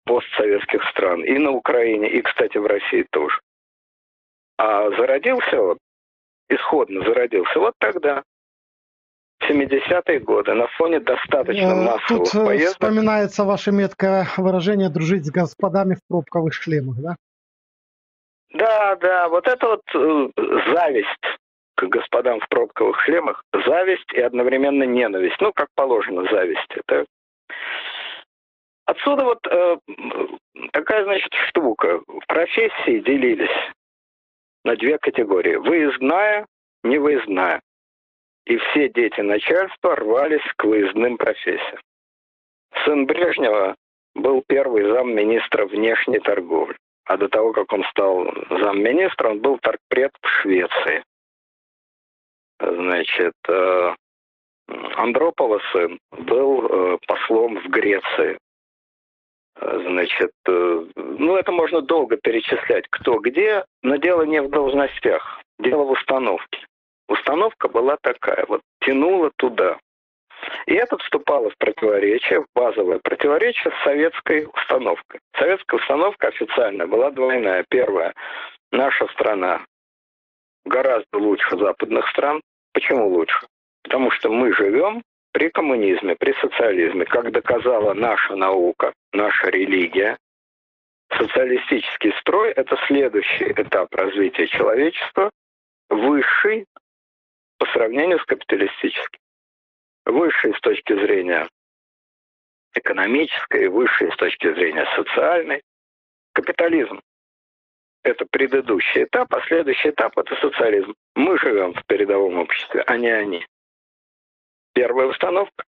постсоветских стран. И на Украине, и, кстати, в России тоже. А зародился он, исходно зародился вот тогда, в семидесятые годы, на фоне достаточно массовых Тут поездок. вспоминается ваше меткое выражение «дружить с господами в пробковых шлемах», да? Да, да, вот это вот э, зависть к господам в пробковых шлемах, зависть и одновременно ненависть. Ну, как положено, зависть. Это... Отсюда вот э, такая, значит, штука. Профессии делились на две категории. Выездная, невыездная. И все дети начальства рвались к выездным профессиям. Сын Брежнева был первый замминистра внешней торговли. А до того, как он стал замминистра, он был торгпред в Швеции. Значит, Андропова сын был послом в Греции. Значит, ну это можно долго перечислять, кто где, но дело не в должностях, дело в установке. Установка была такая, вот тянула туда. И это вступало в противоречие, в базовое противоречие с советской установкой. Советская установка официальная была двойная. Первая, наша страна гораздо лучше западных стран. Почему лучше? Потому что мы живем при коммунизме, при социализме. Как доказала наша наука, наша религия, социалистический строй – это следующий этап развития человечества, высший по сравнению с капиталистическим. Высший с точки зрения экономической, высший с точки зрения социальной. Капитализм – это предыдущий этап, а следующий этап – это социализм. Мы живем в передовом обществе, а не они. Первая установка,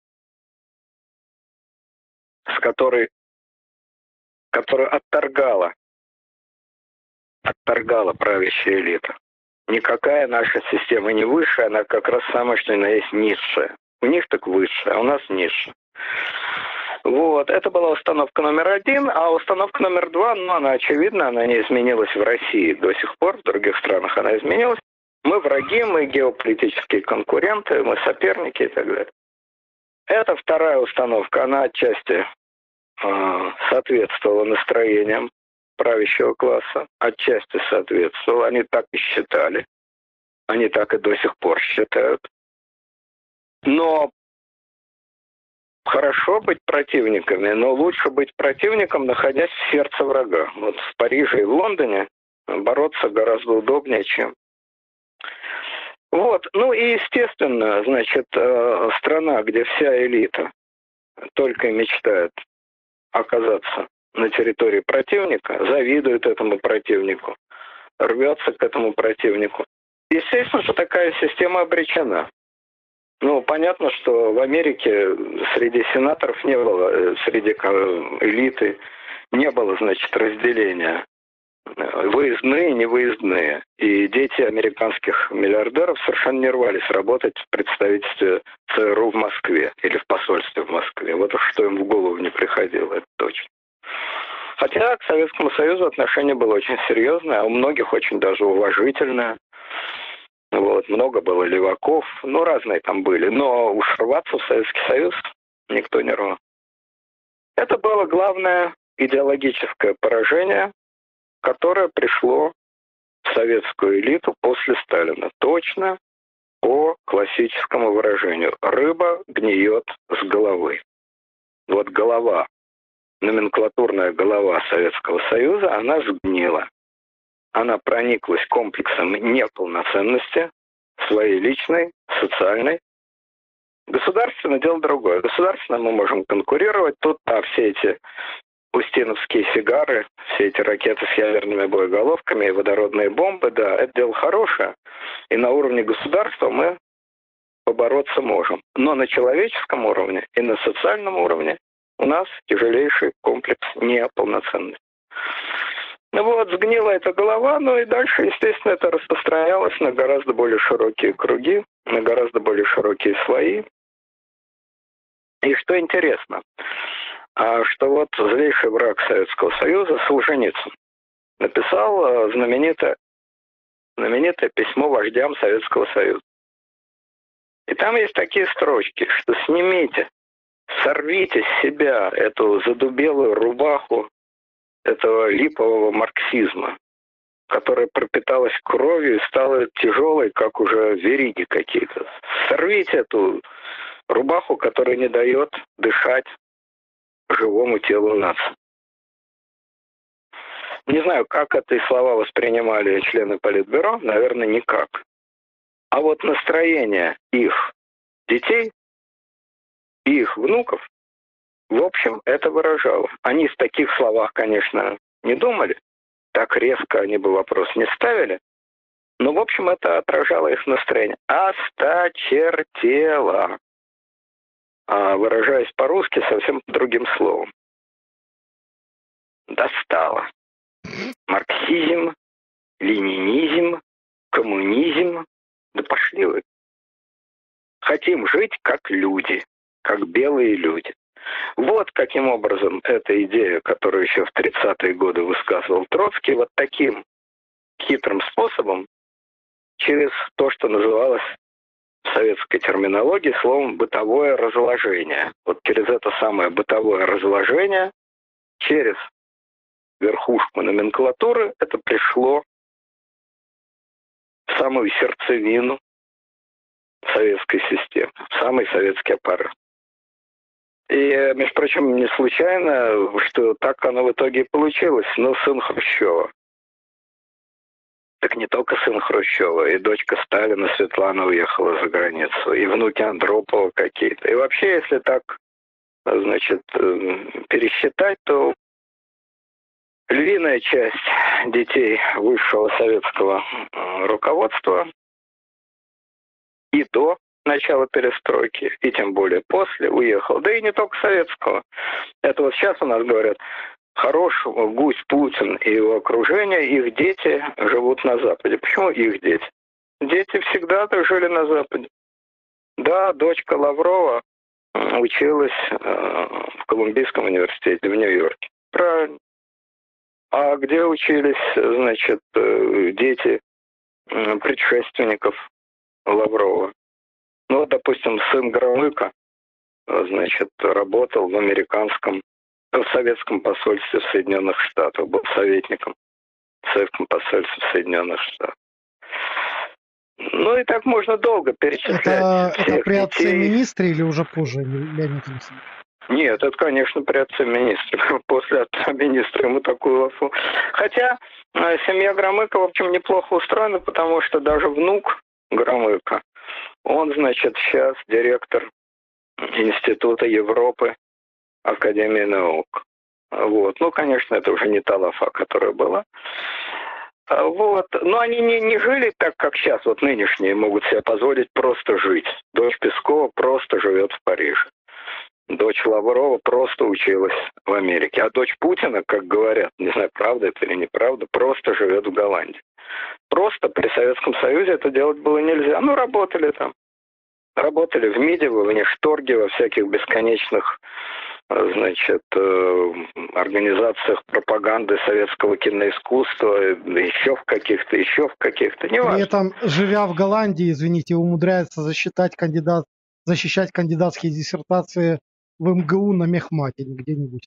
с которой, которую отторгала, отторгала правящая элита. Никакая наша система не высшая, она как раз самая, что ни на есть, низшая. У них так высшая, а у нас низшая. Вот, это была установка номер один, а установка номер два, ну, она очевидна, она не изменилась в России до сих пор, в других странах она изменилась. Мы враги, мы геополитические конкуренты, мы соперники и так далее. Это вторая установка, она отчасти э, соответствовала настроениям правящего класса, отчасти соответствовала, они так и считали, они так и до сих пор считают. Но хорошо быть противниками, но лучше быть противником, находясь в сердце врага. Вот в Париже и в Лондоне бороться гораздо удобнее, чем... Вот, ну и естественно, значит, страна, где вся элита только и мечтает оказаться на территории противника, завидует этому противнику, рвется к этому противнику. Естественно, что такая система обречена. Ну, понятно, что в Америке среди сенаторов не было, среди элиты не было, значит, разделения. Выездные и невыездные. И дети американских миллиардеров совершенно не рвались работать в представительстве ЦРУ в Москве или в посольстве в Москве. Вот уж что им в голову не приходило, это точно. Хотя к Советскому Союзу отношение было очень серьезное, а у многих очень даже уважительное. Вот, много было леваков, ну, разные там были. Но уж рваться в Советский Союз никто не рвал. Это было главное идеологическое поражение, которое пришло в советскую элиту после Сталина. Точно по классическому выражению. Рыба гниет с головы. Вот голова, номенклатурная голова Советского Союза, она сгнила. Она прониклась комплексом неполноценности своей личной, социальной. Государственное дело другое. Государственно мы можем конкурировать. Тут а все эти устиновские сигары, все эти ракеты с ядерными боеголовками и водородные бомбы, да, это дело хорошее. И на уровне государства мы побороться можем. Но на человеческом уровне и на социальном уровне у нас тяжелейший комплекс неполноценности. Ну вот, сгнила эта голова, ну и дальше, естественно, это распространялось на гораздо более широкие круги, на гораздо более широкие слои. И что интересно, что вот злейший враг Советского Союза, Солженицын, написал знаменитое, знаменитое письмо вождям Советского Союза. И там есть такие строчки, что снимите, сорвите с себя эту задубелую рубаху этого липового марксизма, которая пропиталась кровью и стала тяжелой, как уже вериги какие-то. Сорвите эту рубаху, которая не дает дышать живому телу нации. Не знаю, как эти слова воспринимали члены Политбюро, наверное, никак. А вот настроение их детей и их внуков, в общем, это выражало. Они в таких словах, конечно, не думали, так резко они бы вопрос не ставили, но, в общем, это отражало их настроение. Осточертело. А выражаясь по-русски совсем другим словом. Достало. Марксизм, ленинизм, коммунизм. Да пошли вы. Хотим жить как люди, как белые люди. Вот каким образом эта идея, которую еще в тридцатые годы высказывал Троцкий, вот таким хитрым способом, через то, что называлось в советской терминологии словом «бытовое разложение». Вот через это самое бытовое разложение, через верхушку номенклатуры, это пришло в самую сердцевину советской системы, в самый советский аппарат. И, между прочим, не случайно, что так оно в итоге и получилось. Но сын Хрущева. Так не только сын Хрущева, и дочка Сталина Светлана уехала за границу, и внуки Андропова какие-то. И вообще, если так, значит, пересчитать, то львиная часть детей высшего советского руководства и до начала перестройки, и тем более после, уехал. Да и не только советского. Это вот сейчас у нас говорят, хорош гусь Путин и его окружение, их дети живут на Западе. Почему их дети? Дети всегда-то жили на Западе. Да, дочка Лаврова училась в Колумбийском университете в Нью-Йорке. Правильно. А где учились, значит, дети предшественников Лаврова? Ну, допустим, сын Громыка, значит, работал в американском, в советском посольстве в Соединенных Штатах, был советником в советском посольстве в Соединенных Штатах. Ну и так можно долго перечислять. Это, всех это при отце детей. Министре или уже позже, Леонид Александрович? Нет, это, конечно, при отце министра. После отца министра ему такую лафу. Хотя семья Громыка, в общем, неплохо устроена, потому что даже внук Громыка, он, значит, сейчас директор Института Европы Академии наук. Вот. Ну, конечно, это уже не та лафа, которая была. Вот. Но они не, не жили так, как сейчас, вот нынешние могут себе позволить просто жить. Дочь Пескова просто живет в Париже. Дочь Лаврова просто училась в Америке. А дочь Путина, как говорят, не знаю, правда это или неправда, просто живет в Голландии. Просто при Советском Союзе это делать было нельзя. Ну, работали там. Работали в МИДе, в Внешторге, во всяких бесконечных, значит, организациях пропаганды советского киноискусства, еще в каких-то, еще в каких-то, неважно. При этом, живя в Голландии, извините, умудряется защищать, кандидат, защищать кандидатские диссертации в МГУ на мехмате где-нибудь.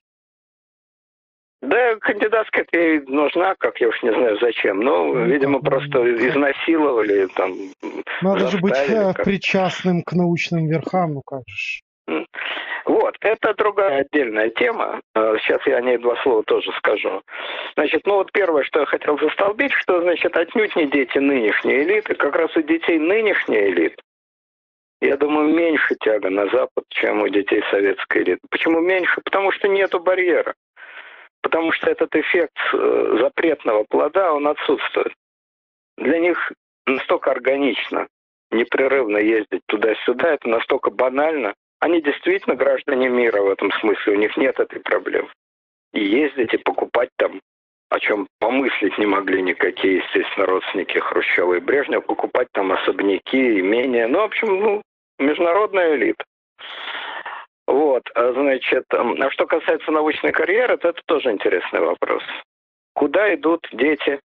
Да, кандидатская-то ей нужна, как я уж не знаю зачем. Но, ну, видимо, как, просто ну, изнасиловали там. Надо же быть как... причастным к научным верхам, ну как же. Вот, это другая отдельная тема. Сейчас я о ней два слова тоже скажу. Значит, ну вот первое, что я хотел застолбить, что, значит, отнюдь не дети нынешней элиты, как раз у детей нынешней элиты, я думаю, меньше тяга на Запад, чем у детей советской элиты. Почему меньше? Потому что нету барьера. Потому что этот эффект запретного плода, он отсутствует. Для них настолько органично, непрерывно ездить туда-сюда, это настолько банально. Они действительно граждане мира в этом смысле, у них нет этой проблемы. И ездить, и покупать там, о чем помыслить не могли никакие, естественно, родственники Хрущева и Брежнева, покупать там особняки, имения. Ну, в общем, ну, международная элита. Вот, значит, а что касается научной карьеры, то это тоже интересный вопрос. Куда идут дети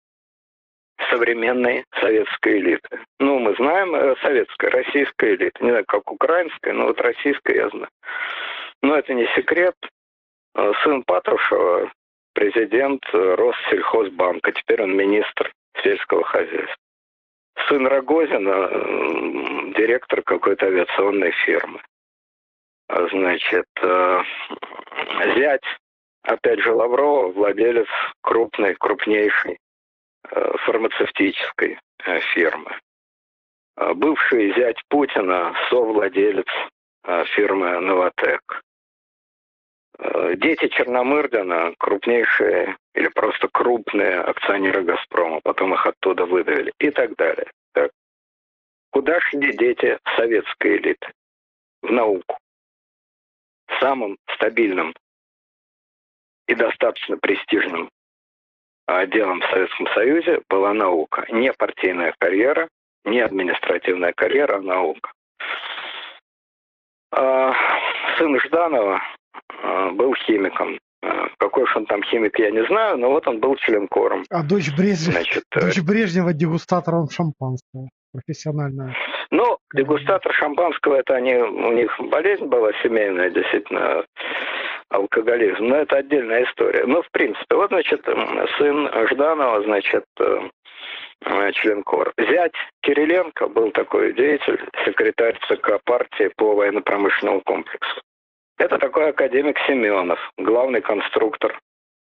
современной советской элиты? Ну, мы знаем, советская, российская элита. Не знаю, как украинская, но вот российская я знаю. Но это не секрет. Сын Патрушева, вице-президент Россельхозбанка, теперь он министр сельского хозяйства. Сын Рогозина, директор какой-то авиационной фирмы. Значит, зять, опять же, Лаврова, владелец крупной, крупнейшей фармацевтической фирмы. Бывший зять Путина, совладелец фирмы «Новотек». Дети Черномырдина, крупнейшие или просто крупные акционеры «Газпрома», потом их оттуда выдавили и так далее. Так. Куда шли дети советской элиты? В науку. Самым стабильным и достаточно престижным делом в Советском Союзе была наука. Не партийная карьера, не административная карьера, а наука. Сын Жданова был химиком. Какой уж он там химик, я не знаю, но вот он был членкором. А дочь Брежнева, Значит, дочь Брежнева дегустатором шампанского, профессиональная. Ну, дегустатор шампанского, это они, у них болезнь была семейная, действительно, алкоголизм. Но это отдельная история. Но, в принципе, вот, значит, сын Жданова, значит, членкор. Зять Кириленко был такой деятель, секретарь ЦК партии по военно-промышленному комплексу. Это такой академик Семенов, главный конструктор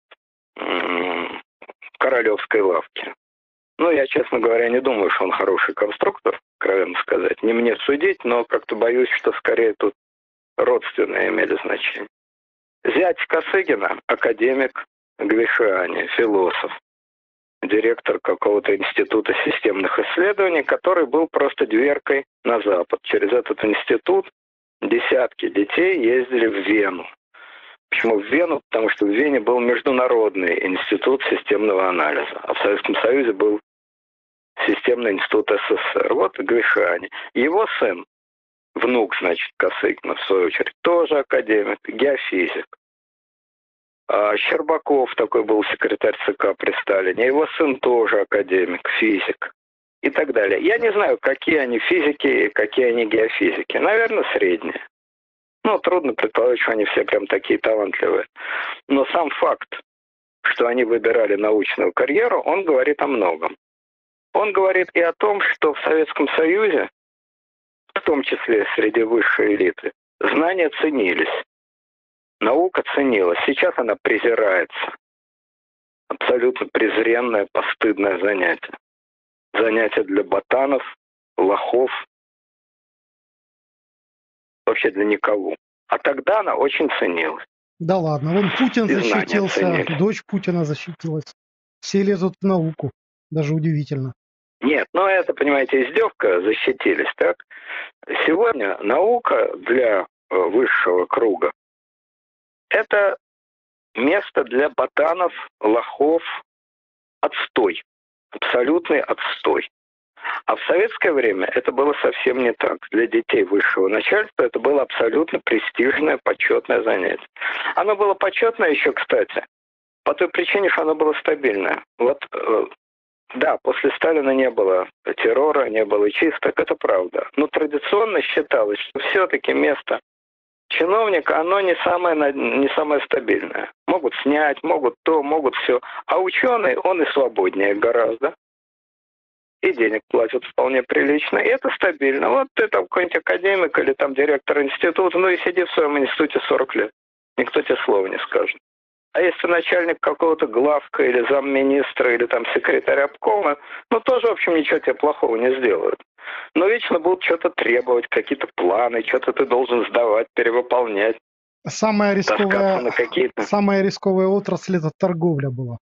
Королевской лавки. Ну, я, честно говоря, не думаю, что он хороший конструктор, откровенно сказать. Не мне судить, но как-то боюсь, что скорее тут родственные имели значение. Зять Косыгина, академик Гвишиани, философ, директор какого-то института системных исследований, который был просто дверкой на Запад. Через этот институт десятки детей ездили в Вену. Почему в Вену? Потому что в Вене был Международный институт системного анализа, а в Советском Союзе был Системный институт СССР. Вот Гвишани. Его сын, внук, значит, Косыгина, в свою очередь, тоже академик, геофизик. А Щербаков такой был секретарь ЦК при Сталине. Его сын тоже академик, физик. И так далее. Я не знаю, какие они физики, какие они геофизики. Наверное, средние. Ну, трудно предположить, что они все прям такие талантливые. Но сам факт, что они выбирали научную карьеру, он говорит о многом. Он говорит и о том, что в Советском Союзе, в том числе среди высшей элиты, знания ценились. Наука ценилась. Сейчас она презирается. Абсолютно презренное, постыдное занятие. Занятие для ботанов, лохов, вообще для никого. А тогда она очень ценилась. Да ладно, вон Путин и защитился, дочь Путина защитилась. Все лезут в науку, даже удивительно. Нет, ну это, понимаете, издевка, защитились, так? Сегодня наука для высшего круга – это место для ботанов, лохов, отстой. Абсолютный отстой. А в советское время это было совсем не так. Для детей высшего начальства это было абсолютно престижное, почетное занятие. Оно было почетное еще, кстати, по той причине, что оно было стабильное. Вот, да, после Сталина не было террора, не было чисток, это правда. Но традиционно считалось, что все-таки место чиновника, оно не самое, не самое стабильное. Могут снять, могут то, могут все. А ученый, он и свободнее гораздо. И денег платят вполне прилично. И это стабильно. Вот ты там какой-нибудь академик или там директор института, ну и сиди в своем институте сорок лет. Никто тебе слова не скажет. А если начальник какого-то главка или замминистра или там секретарь обкома, ну тоже, в общем, ничего тебе плохого не сделают. Но вечно будут что-то требовать, какие-то планы, что-то ты должен сдавать, перевыполнять. Самая рисковая, самая рисковая отрасль – это торговля была.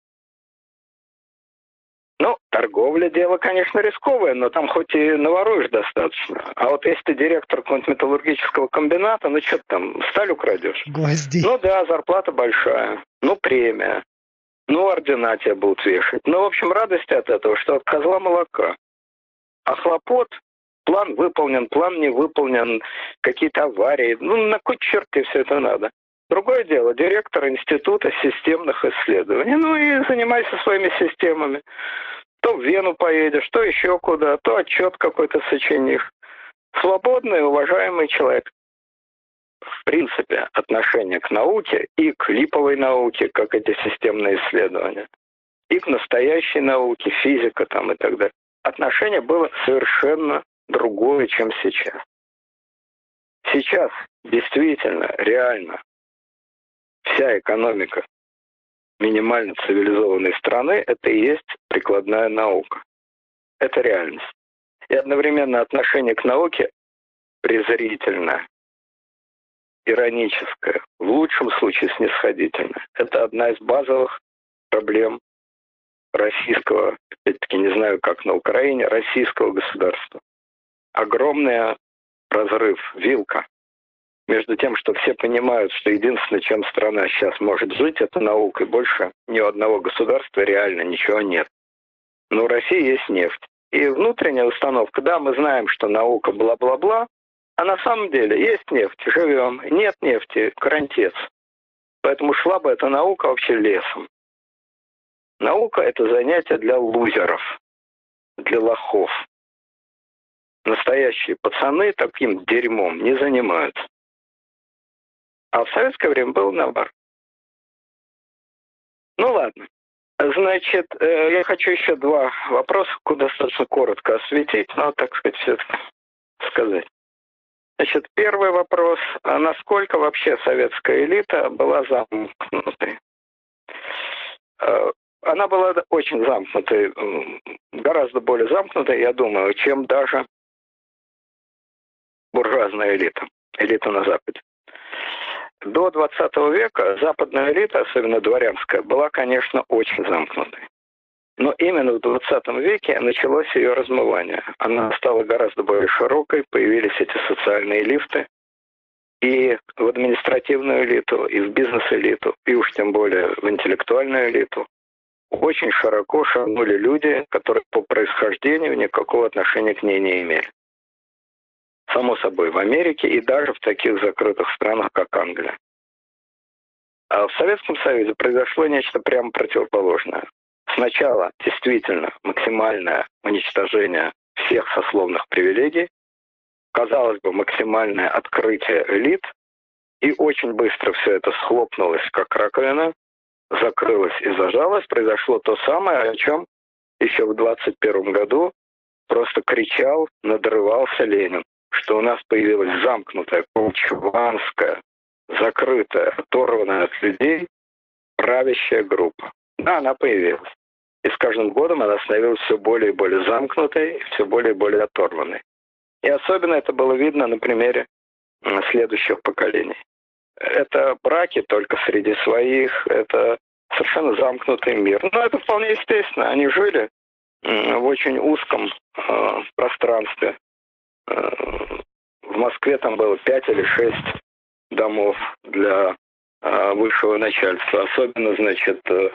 Ну, торговля – дело, конечно, рисковое, но там хоть и наворуешь достаточно. А вот если ты директор какого-нибудь металлургического комбината, ну что ты там, сталь украдешь? Гвозди. Ну да, зарплата большая, ну премия, ну ордена тебя будут вешать. Ну, в общем, радость от этого, что от козла молока. А хлопот, план выполнен, план не выполнен, какие-то аварии. Ну, на кой черт тебе все это надо? Другое дело, директор института системных исследований. Ну и занимайся своими системами. То в Вену поедешь, то еще куда, то отчет какой-то сочинишь. Свободный, уважаемый человек. в принципе, отношение к науке и к липовой науке, как эти системные исследования, и к настоящей науке, физика там и так далее. Отношение было совершенно другое, чем сейчас. Сейчас действительно, реально, вся экономика минимально цивилизованной страны — это и есть прикладная наука. Это реальность. И одновременно отношение к науке презрительное, ироническое, в лучшем случае снисходительное. Это одна из базовых проблем российского, опять-таки не знаю, как на Украине, российского государства. Огромный разрыв, вилка между тем, что все понимают, что единственное, чем страна сейчас может жить, это наука, и больше ни у одного государства реально ничего нет. Но у России есть нефть. И внутренняя установка, да, мы знаем, что наука бла-бла-бла, а на самом деле есть нефть, живем, нет нефти, карантец. Поэтому шла бы эта наука вообще лесом. Наука — это занятие для лузеров, для лохов. Настоящие пацаны таким дерьмом не занимаются. А в советское время было наоборот. Ну ладно. Значит, я хочу еще два вопроса, достаточно коротко осветить, но, так сказать, все-таки сказать. Значит, первый вопрос. А насколько вообще советская элита была замкнутой? Она была очень замкнутой, гораздо более замкнутой, я думаю, чем даже буржуазная элита, элита на Западе. До двадцатого века западная элита, особенно дворянская, была, конечно, очень замкнутой. Но именно в двадцатом веке началось ее размывание. Она стала гораздо более широкой, появились эти социальные лифты. И в административную элиту, и в бизнес-элиту, и уж тем более в интеллектуальную элиту очень широко шагнули люди, которые по происхождению никакого отношения к ней не имели. Само собой, в Америке и даже в таких закрытых странах, как Англия. А в Советском Союзе произошло нечто прямо противоположное. Сначала действительно максимальное уничтожение всех сословных привилегий, казалось бы, максимальное открытие элит, и очень быстро все это схлопнулось, как раковина, закрылось и зажалось. Произошло то самое, о чем еще в двадцать первом году просто кричал, надрывался Ленин, что у нас появилась замкнутая, колчеванская, закрытая, оторванная от людей правящая группа. Да, она появилась. И с каждым годом она становилась все более и более замкнутой, все более и более оторванной. И особенно это было видно на примере следующих поколений. Это браки только среди своих, это совершенно замкнутый мир. Но это вполне естественно. Они жили в очень узком э, пространстве. Э, в Москве там было пять или шесть домов для э, высшего начальства. Особенно, значит, э,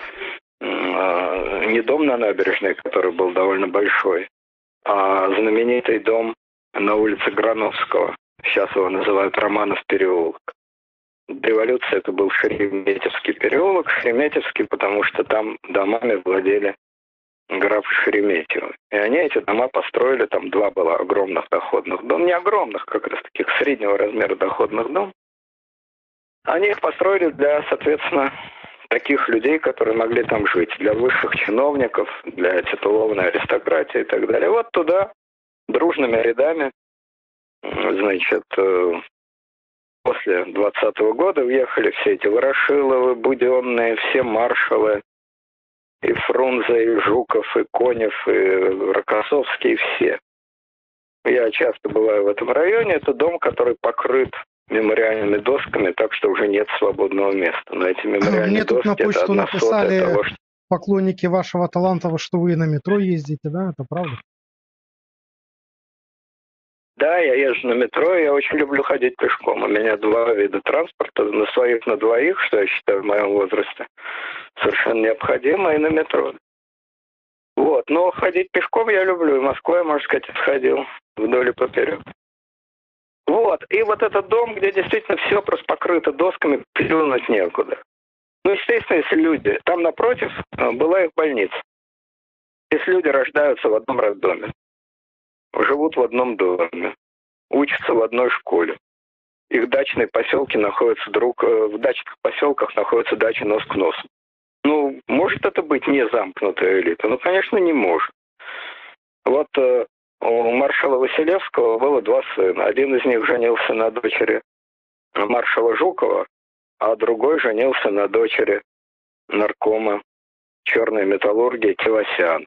э, не дом на набережной, который был довольно большой, а знаменитый дом на улице Грановского. Сейчас его называют Романов переулок. До революции это был Шереметьевский переулок. Шереметьевский, потому что там домами владели граф Шереметьево. И они эти дома построили, там два было огромных доходных дома, не огромных, как раз таких среднего размера доходных дом. Они их построили для, соответственно, таких людей, которые могли там жить, для высших чиновников, для титулованной аристократии и так далее. Вот туда дружными рядами, значит, после двадцатого года въехали все эти Ворошиловы, Буденные, все маршалы, и Фрунзе, и Жуков, и Конев, и Рокоссовский, все. Я часто бываю в этом районе. Это дом, который покрыт мемориальными досками, так что уже нет свободного места. Но эти мемориальные Мне тут доски — на это почту одна написали сотая того, что... поклонники вашего таланта, что вы на метро ездите, да? Это правда? Да, я езжу на метро, и я очень люблю ходить пешком. У меня два вида транспорта, на своих, на двоих, что я считаю в моем возрасте совершенно необходимо, и на метро. Вот, но ходить пешком я люблю. В Москву я, можно сказать, сходил вдоль и поперек. Вот, и вот этот дом, где действительно все просто покрыто досками, плюнуть некуда. Ну, естественно, если люди... Там напротив была их больница. Если люди рождаются в одном роддоме, живут в одном доме, учатся в одной школе, их дачные поселки находятся друг... В дачных поселках находятся дачи нос к носу. Ну, может это быть не замкнутая элита? Ну, конечно, не может. Вот э, у маршала Василевского было два сына. Один из них женился на дочери маршала Жукова, а другой женился на дочери наркома черной металлургии Тевасян.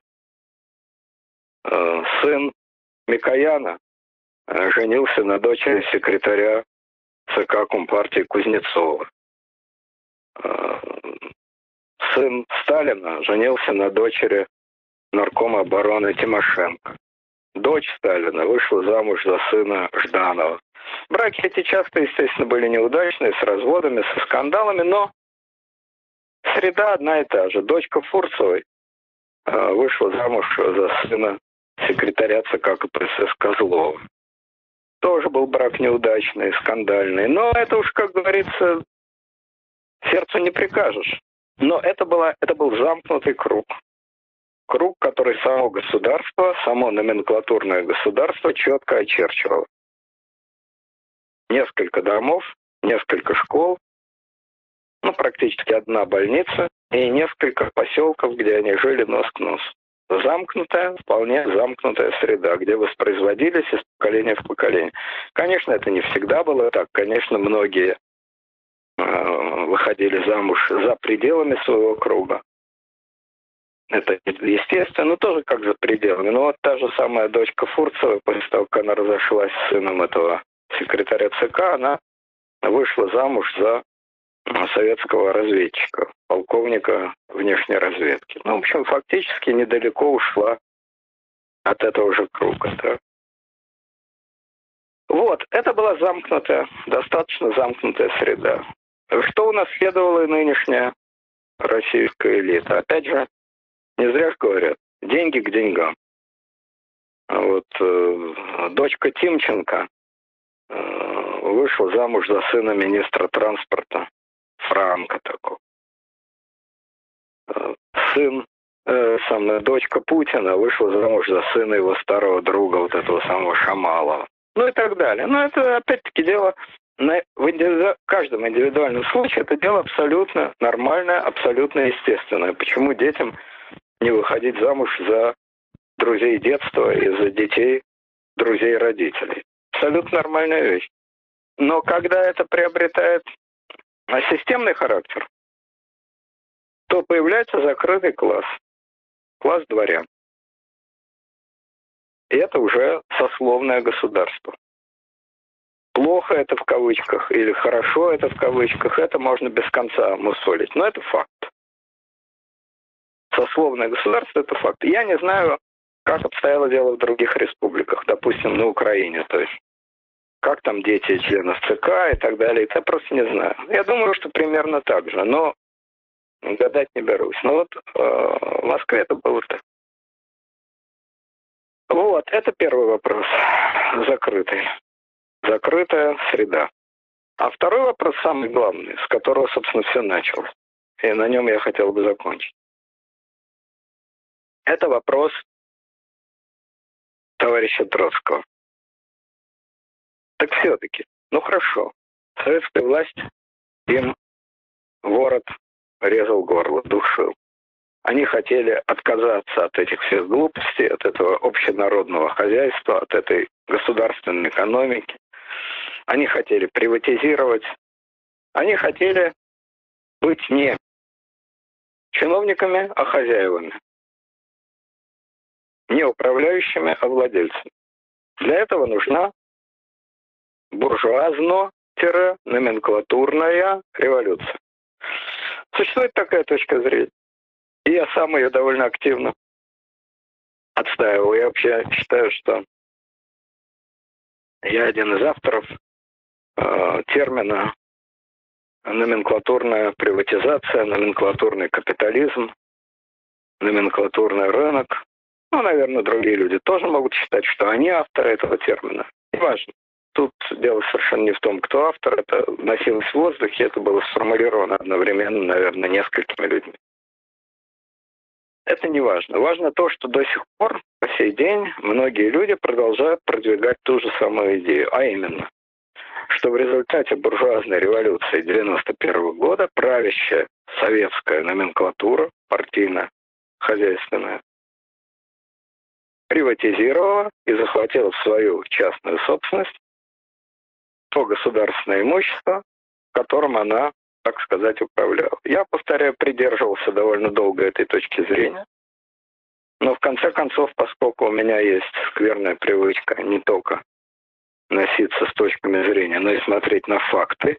Э, сын Микояна э, женился на дочери секретаря ЦК Компартии Кузнецова. Э, сын Сталина женился на дочери наркома обороны Тимошенко. Дочь Сталина вышла замуж за сына Жданова. Браки эти часто, естественно, были неудачные, с разводами, со скандалами, но среда одна и та же. Дочка Фурцевой э, вышла замуж за сына секретаря ЦК КПСС Козлова. Тоже был брак неудачный, скандальный. Но это уж, как говорится, сердцу не прикажешь. Но это, была, это был замкнутый круг. Круг, который само государство, само номенклатурное государство четко очерчивало. Несколько домов, несколько школ, ну, практически одна больница и несколько поселков, где они жили нос к носу. Замкнутая, вполне замкнутая среда, где воспроизводились из поколения в поколение. Конечно, это не всегда было так. Конечно, многие э, выходили замуж за пределами своего круга. Это естественно, но тоже как за пределами. Но вот та же самая дочка Фурцева, после того, как она разошлась с сыном этого секретаря ЦК, она вышла замуж за советского разведчика, полковника внешней разведки. Ну, в общем, фактически недалеко ушла от этого же круга. Да? Вот, это была замкнутая, достаточно замкнутая среда. Что унаследовала и нынешняя российская элита? Опять же, не зря же говорят, деньги к деньгам. Вот э, дочка Тимченко э, вышла замуж за сына министра транспорта Франка такого. Э, сын, э, самая дочка Путина вышла замуж за сына его старого друга, вот этого самого Шамалова. Ну и так далее. Но это опять-таки дело, на, в индивиду... каждом индивидуальном случае это дело абсолютно нормальное, абсолютно естественное. Почему детям не выходить замуж за друзей детства и за детей друзей родителей? Абсолютно нормальная вещь. Но когда это приобретает системный характер, то появляется закрытый класс. Класс дворян. И это уже сословное государство. Плохо это в кавычках или хорошо это в кавычках, это можно без конца мусолить. Но это факт. Сословное государство – это факт. Я не знаю, как обстояло дело в других республиках, допустим, на Украине. То есть, как там дети членов ЦК и так далее. Я просто не знаю. Я думаю, что примерно так же, но гадать не берусь. Но вот э, в Москве это было так. Вот, это первый вопрос. Закрытый. Закрытая среда. А второй вопрос, самый главный, с которого, собственно, все началось. И на нем я хотел бы закончить. Это вопрос товарища Троцкого. Так все-таки, ну хорошо, советская власть им ворот резал горло, душил. Они хотели отказаться от этих всех глупостей, от этого общенародного хозяйства, от этой государственной экономики. Они хотели приватизировать. Они хотели быть не чиновниками, а хозяевами. Не управляющими, а владельцами. Для этого нужна буржуазно-номенклатурная революция. Существует такая точка зрения. И я сам ее довольно активно отстаивал. Я вообще считаю, что я один из авторов э, термина номенклатурная приватизация, номенклатурный капитализм, номенклатурный рынок. Ну, наверное, другие люди тоже могут считать, что они авторы этого термина. Неважно. Тут дело совершенно не в том, кто автор. Это носилось в воздухе, это было сформулировано одновременно, наверное, несколькими людьми. Это не важно. Важно то, что до сих пор, по сей день, многие люди продолжают продвигать ту же самую идею. А именно, что в результате буржуазной революции девяносто первого года правящая советская номенклатура, партийно-хозяйственная, приватизировала и захватила в свою частную собственность то государственное имущество, которым она, так сказать, управляла. Я, повторяю, придерживался довольно долго этой точки зрения. Но в конце концов, поскольку у меня есть скверная привычка не только носиться с точками зрения, но и смотреть на факты,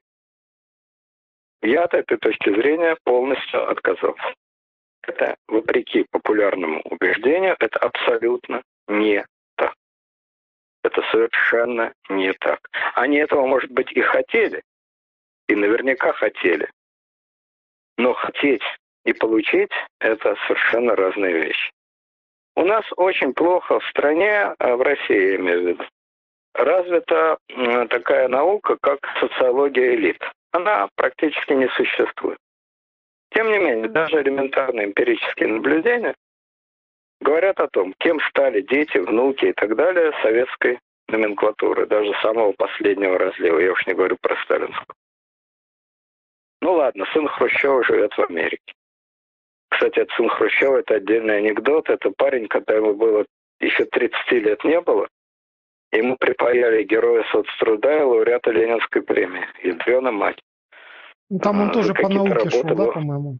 я от этой точки зрения полностью отказался. Это, вопреки популярному убеждению, это абсолютно не так. Это совершенно не так. Они этого, может быть, и хотели, и наверняка хотели. Но хотеть и получить – это совершенно разные вещи. У нас очень плохо в стране, в России, я имею в виду, развита такая наука, как социология элит. Она практически не существует. Тем не менее, даже элементарные эмпирические наблюдения говорят о том, кем стали дети, внуки и так далее советской номенклатуры, даже самого последнего разлива. Я уж не говорю про сталинскую. Ну ладно, сын Хрущева живет в Америке. Кстати, это сын Хрущева, это отдельный анекдот. Это парень, которому было еще тридцати лет не было. Ему припаяли героя соцтруда и лауреата Ленинской премии. Ядрена мать. Там он а, тоже по науке шел, да, по-моему?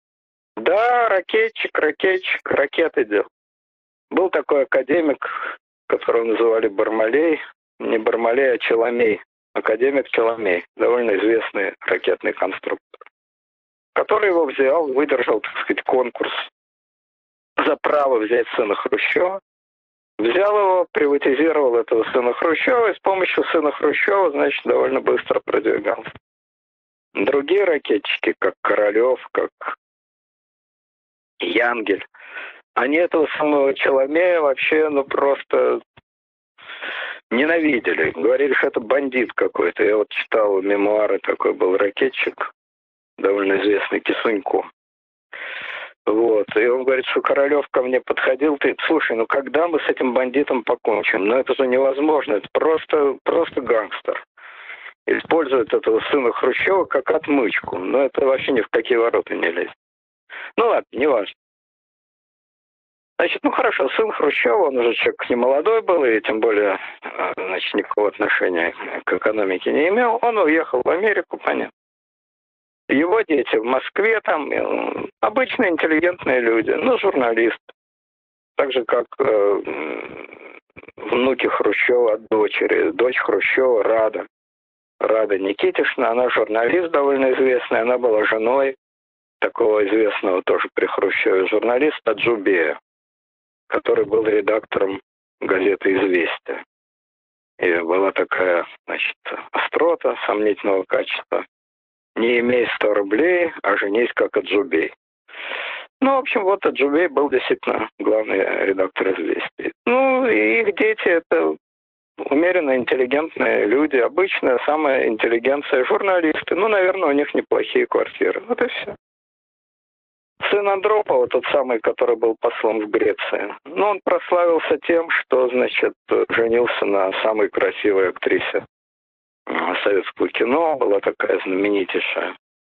Да, ракетчик, ракетчик, ракеты делал. Был такой академик, которого называли Бармалей. Не Бармалей, а Челомей. Академик Челомей. Довольно известный ракетный конструктор. Который его взял, выдержал, так сказать, конкурс за право взять сына Хрущева. Взял его, приватизировал этого сына Хрущева и с помощью сына Хрущева, значит, довольно быстро продвигался. Другие ракетчики, как Королев, как Янгель, они этого самого Челомея вообще, ну, просто ненавидели. Говорили, что это бандит какой-то. Я вот читал мемуары, такой был ракетчик, довольно известный, Кисунько. Вот. И он говорит, что Королев ко мне подходил, ты, слушай, ну когда мы с этим бандитом покончим? Ну это же невозможно, это просто, просто гангстер. Используют этого сына Хрущева как отмычку. Но это вообще ни в какие ворота не лезет. Ну ладно, неважно. Значит, ну хорошо, сын Хрущева, он уже человек не молодой был, и тем более, значит, никакого отношения к экономике не имел. Он уехал в Америку, понятно. Его дети в Москве, там, обычные интеллигентные люди, ну, журналисты. Так же, как э, внуки Хрущева от дочери. Дочь Хрущева Рада. Рада Никитишна, она журналист довольно известная, она была женой такого известного тоже при Хрущеве журналиста Джубея, который был редактором газеты «Известия». И была такая, значит, острота сомнительного качества. Не имей сто рублей, а женись как Аджубей. Ну, в общем, вот Аджубей был действительно главный редактор «Известий». Ну, и их дети — это умеренно интеллигентные люди, обычная самая интеллигенция, журналисты. Ну, наверное, у них неплохие квартиры. Вот и все. Сын Андропова, тот самый, который был послом в Греции, ну, он прославился тем, что, значит, женился на самой красивой актрисе советского кино, была такая знаменитейшая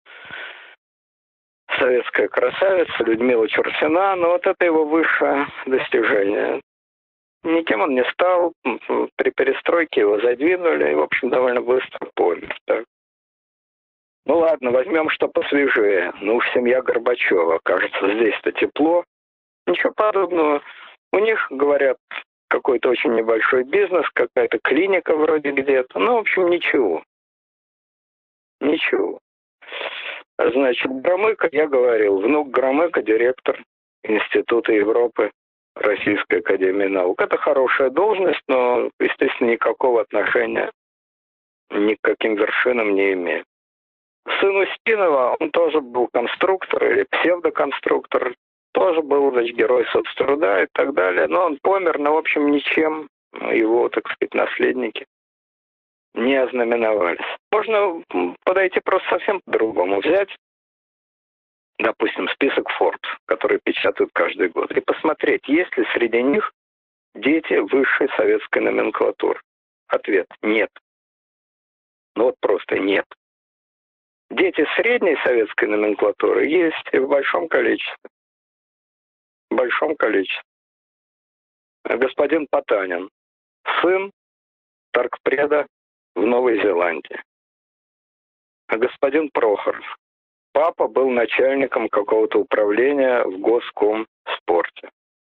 советская красавица Людмила Чурсина, но вот это его высшее достижение. Никем он не стал, при перестройке его задвинули, и, в общем, довольно быстро помер. Так. Ну ладно, возьмем что посвежее. Ну уж семья Горбачева, кажется, здесь-то тепло. Ничего подобного. У них, говорят, какой-то очень небольшой бизнес, какая-то клиника вроде где-то. Ну, в общем, ничего. Ничего. Значит, Громыко, я говорил, внук Громыко, директор Института Европы Российской Академии Наук. Это хорошая должность, но, естественно, никакого отношения ни к каким вершинам не имеет. Сын Устинова, он тоже был конструктор или псевдоконструктор, тоже был, значит, герой соцтруда и так далее. Но он помер, но, в общем, ничем его, так сказать, наследники не ознаменовались. Можно подойти просто совсем по-другому. Взять, допустим, список Forbes, который печатают каждый год, и посмотреть, есть ли среди них дети высшей советской номенклатуры. Ответ – нет. Ну вот просто нет. Дети средней советской номенклатуры есть и в большом количестве. В большом количестве. Господин Потанин, сын торгпреда в Новой Зеландии. Господин Прохоров, папа был начальником какого-то управления в Госкомспорте.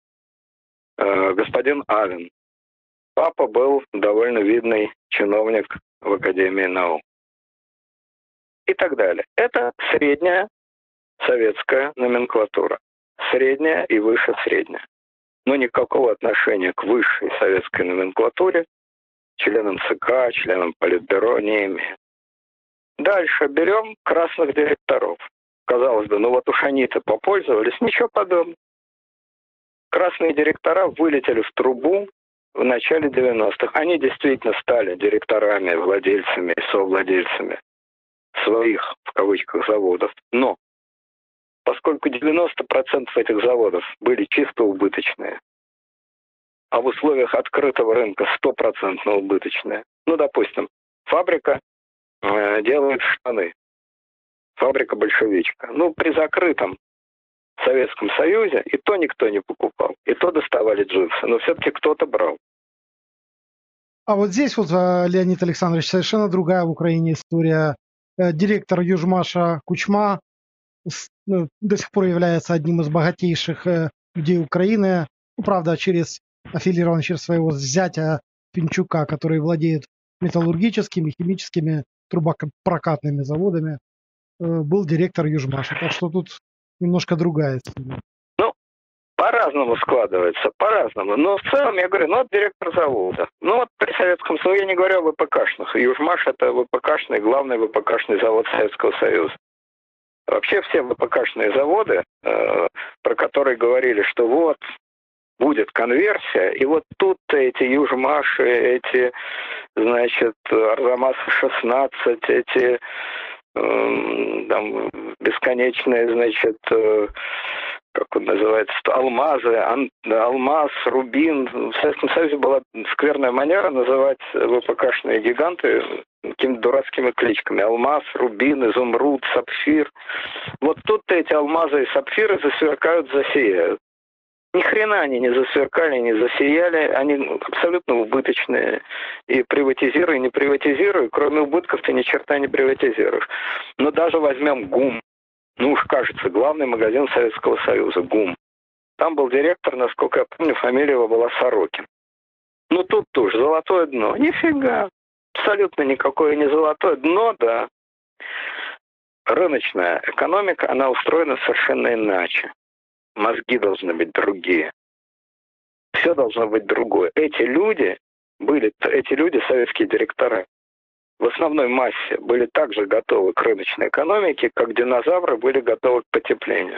Господин Авен, папа был довольно видный чиновник в Академии наук. И так далее. Это средняя советская номенклатура. Средняя и выше средняя. Но никакого отношения к высшей советской номенклатуре, членам ЦК, членам Политбюро не имеет. Дальше берем красных директоров. Казалось бы, ну вот уж они-то попользовались, ничего подобного. Красные директора вылетели в трубу в начале девяностых. Они действительно стали директорами, владельцами и совладельцами своих, в кавычках, заводов. Но поскольку девяносто процентов этих заводов были чисто убыточные, а в условиях открытого рынка сто процентов убыточные, ну, допустим, фабрика э, делает штаны, фабрика большевичка. Ну, при закрытом Советском Союзе и то никто не покупал, и то доставали джинсы, но все-таки кто-то брал. А вот здесь вот, Леонид Александрович, совершенно другая в Украине история. Директор Южмаша Кучма до сих пор является одним из богатейших людей Украины. Ну, правда, через аффилирован через своего зятя Пинчука, который владеет металлургическими, химическими, трубопрокатными заводами. Был директор Южмаша. Так что тут немножко другая история. Ну, по-разному складывается, по-разному. Но в целом, я говорю, ну, вот директор завода. Ну, вот при Советском Союзе, я не говорю о ВПКшных. Южмаш — это ВПКшный, главный ВПКшный завод Советского Союза. Вообще все ВПКшные заводы, э, про которые говорили, что вот, будет конверсия, и вот тут-то эти Южмаши, эти, значит, Арзамас шестнадцать, эти э, там, бесконечные, значит, э, как он называется, алмазы, ан, алмаз, рубин. В Советском Союзе была скверная манера называть ВПКшные гиганты какими-то дурацкими кличками. Алмаз, рубин, изумруд, сапфир. Вот тут-то эти алмазы и сапфиры засверкают, засияют. Ни хрена они не засверкали, не засияли. Они абсолютно убыточные. И приватизируй, не приватизируй. Кроме убытков ты ни черта не приватизируешь. Но даже возьмем ГУМ. Ну уж кажется, главный магазин Советского Союза, ГУМ. Там был директор, насколько я помню, фамилия его была Сорокин. Ну тут тоже золотое дно. Нифига. Абсолютно никакое не золотое дно, да. Рыночная экономика, она устроена совершенно иначе. Мозги должны быть другие. Все должно быть другое. Эти люди были, эти люди, советские директора, в основной массе были также готовы к рыночной экономике, как динозавры были готовы к потеплению.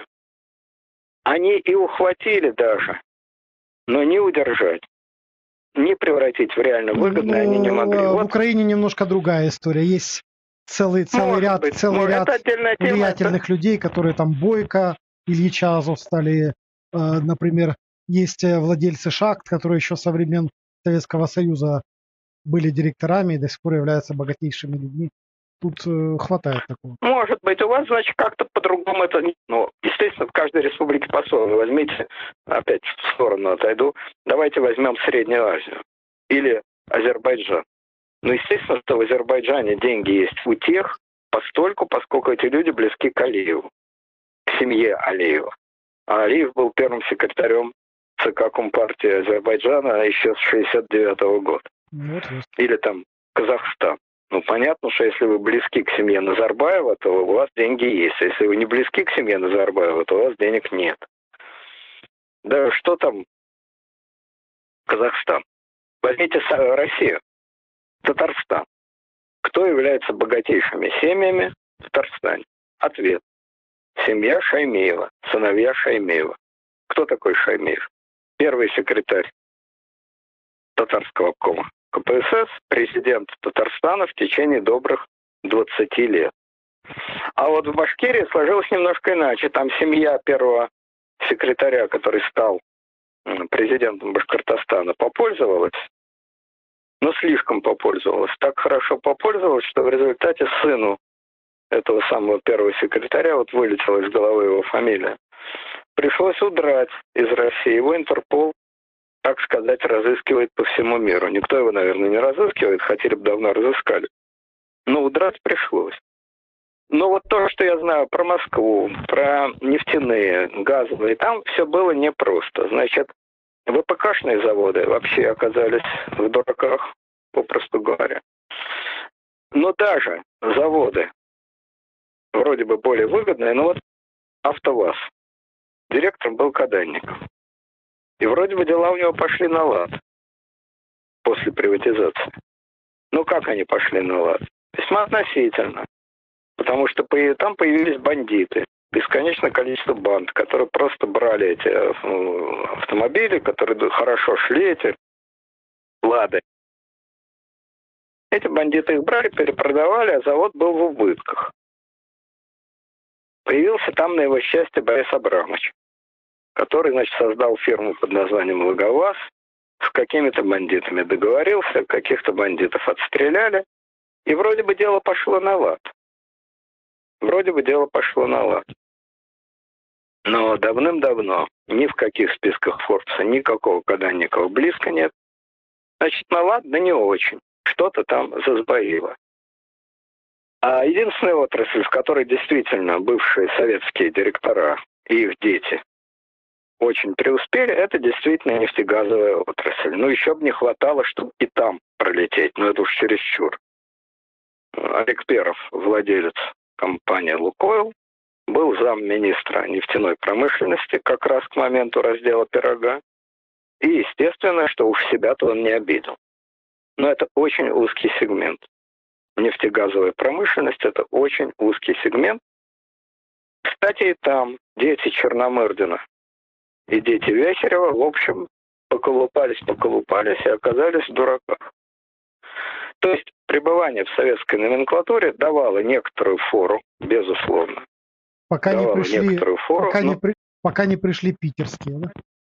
Они и ухватили даже, но не удержать, не превратить в реально выгодное они не могли. В вот. Украине немножко другая история. Есть целый, целый ряд, быть, целый ряд тема, влиятельных это... людей, которые там Бойко, Ильича Азовстали, например, есть владельцы шахт, которые еще со времен Советского Союза были директорами и до сих пор являются богатейшими людьми. Тут э, хватает такого. Может быть, у вас, значит, как-то по-другому это... Ну, естественно, в каждой республике по-своему. Возьмите, опять в сторону отойду, давайте возьмем Среднюю Азию или Азербайджан. Ну, естественно, что в Азербайджане деньги есть у тех, постольку, поскольку эти люди близки к Алиеву, к семье Алиева. А Алиев был первым секретарем ЦК Компартии Азербайджана еще с шестьдесят девятого года. Вот, вот. Или там Казахстан. Ну, понятно, что если вы близки к семье Назарбаева, то у вас деньги есть. А если вы не близки к семье Назарбаева, то у вас денег нет. Да что там Казахстан? Возьмите Россию, Татарстан. Кто является богатейшими семьями в Татарстане? Ответ. Семья Шаймиева, сыновья Шаймиева. Кто такой Шаймиев? Первый секретарь татарского обкома ка пэ эс эс, президент Татарстана в течение добрых двадцати лет. А вот в Башкирии сложилось немножко иначе. Там семья первого секретаря, который стал президентом Башкортостана, попользовалась. но слишком попользовалась. Так хорошо попользовалась, что в результате сыну этого самого первого секретаря, вот вылетела из головы его фамилия, пришлось удрать из России. Его Интерпол, так сказать, разыскивает по всему миру. Никто его, наверное, не разыскивает, хотели бы давно разыскали. Но удрать пришлось. Но вот то, что я знаю про Москву, про нефтяные, газовые, там все было непросто. Значит, ВПКшные заводы вообще оказались в дураках, попросту говоря. Но даже заводы, вроде бы более выгодные, но вот АвтоВАЗ, директором был Каденников. И вроде бы дела у него пошли на лад после приватизации. Ну как они пошли на лад? Весьма относительно. Потому что там появились бандиты. Бесконечное количество банд, которые просто брали эти автомобили, которые хорошо шли, эти лады. Эти бандиты их брали, перепродавали, а завод был в убытках. Появился там, на его счастье, Борис Абрамович, который, значит, создал фирму под названием «Логоваз», с какими-то бандитами договорился, каких-то бандитов отстреляли, и вроде бы дело пошло на лад. Вроде бы дело пошло на лад. Но давным-давно ни в каких списках Форбса никакого Каденникова близко нет. Значит, на лад, да не очень. Что-то там засбоило. А единственная отрасль, в которой действительно бывшие советские директора и их дети очень преуспели, это действительно нефтегазовая отрасль. Ну, еще бы не хватало, чтобы и там пролететь, но это уж чересчур. Олег Перов, владелец компании «Лукойл», был замминистра нефтяной промышленности как раз к моменту раздела пирога. И естественно, что уж себя-то он не обидел. Но это очень узкий сегмент. Нефтегазовая промышленность – это очень узкий сегмент. Кстати, и там дети Черномырдина и дети Вяхерева, в общем, поколупались, поколупались и оказались в дураках. То есть пребывание в советской номенклатуре давало некоторую фору, безусловно. Пока не давало пришли, некоторую фору, пока, но... не при, пока не пришли питерские, да?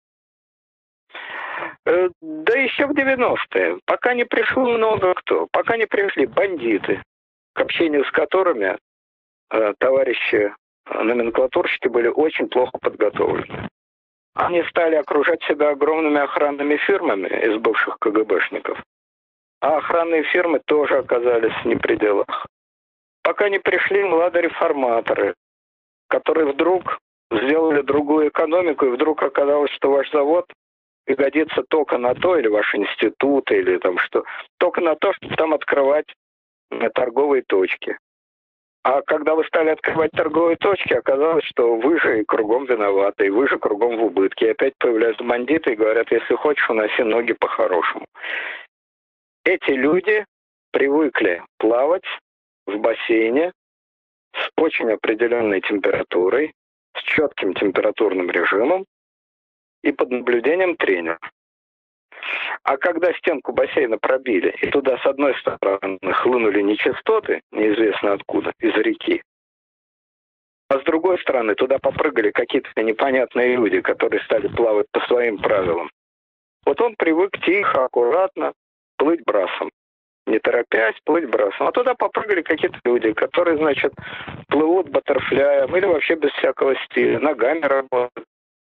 Э, да еще в девяностые. Пока не пришло много кто. Пока не пришли бандиты, к общению с которыми э, товарищи э, номенклатурщики были очень плохо подготовлены. Они стали окружать себя огромными охранными фирмами из бывших КГБшников. А охранные фирмы тоже оказались не при делах. Пока не пришли младореформаторы, которые вдруг сделали другую экономику, и вдруг оказалось, что ваш завод и годится только на то, или ваш институт, или там что, только на то, чтобы там открывать торговые точки. А когда вы стали открывать торговые точки, оказалось, что вы же и кругом виноваты, и вы же кругом в убытке. И опять появляются бандиты и говорят, если хочешь, уноси ноги по-хорошему. Эти люди привыкли плавать в бассейне с очень определенной температурой, с четким температурным режимом и под наблюдением тренера. А когда стенку бассейна пробили, и туда с одной стороны хлынули нечистоты, неизвестно откуда, из реки, а с другой стороны туда попрыгали какие-то непонятные люди, которые стали плавать по своим правилам, вот он привык тихо, аккуратно плыть брасом. Не торопясь, плыть брасом. А туда попрыгали какие-то люди, которые, значит, плывут баттерфляем или вообще без всякого стиля, ногами работают.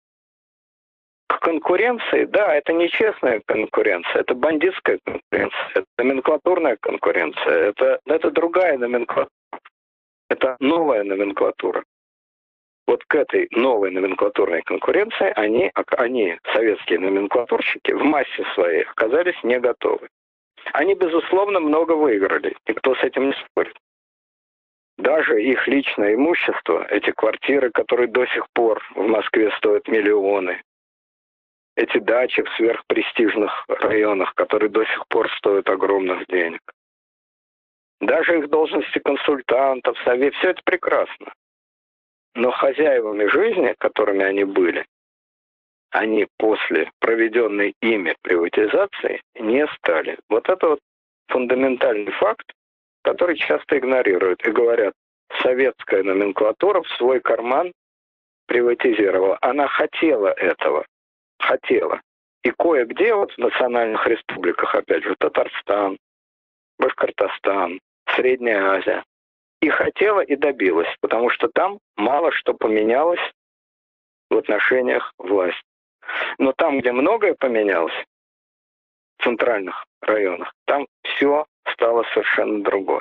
К конкуренции, да, это нечестная конкуренция, это бандитская конкуренция, это номенклатурная конкуренция, это, это другая номенклатура, это новая номенклатура. Вот к этой новой номенклатурной конкуренции они, они, советские номенклатурщики, в массе своей оказались не готовы. Они, безусловно, много выиграли, никто с этим не спорит. Даже их личное имущество, эти квартиры, которые до сих пор в Москве стоят миллионы, эти дачи в сверхпрестижных районах, которые до сих пор стоят огромных денег. Даже их должности консультантов, совет, все это прекрасно. Но хозяевами жизни, которыми они были, они после проведенной ими приватизации не стали. Вот это вот фундаментальный факт, который часто игнорируют и говорят, советская номенклатура в свой карман приватизировала. Она хотела этого. Хотела. И кое-где, вот в национальных республиках, опять же, Татарстан, Башкортостан, Средняя Азия, и хотела, и добилась, потому что там мало что поменялось в отношениях власти. Но там, где многое поменялось, в центральных районах, там все стало совершенно другое.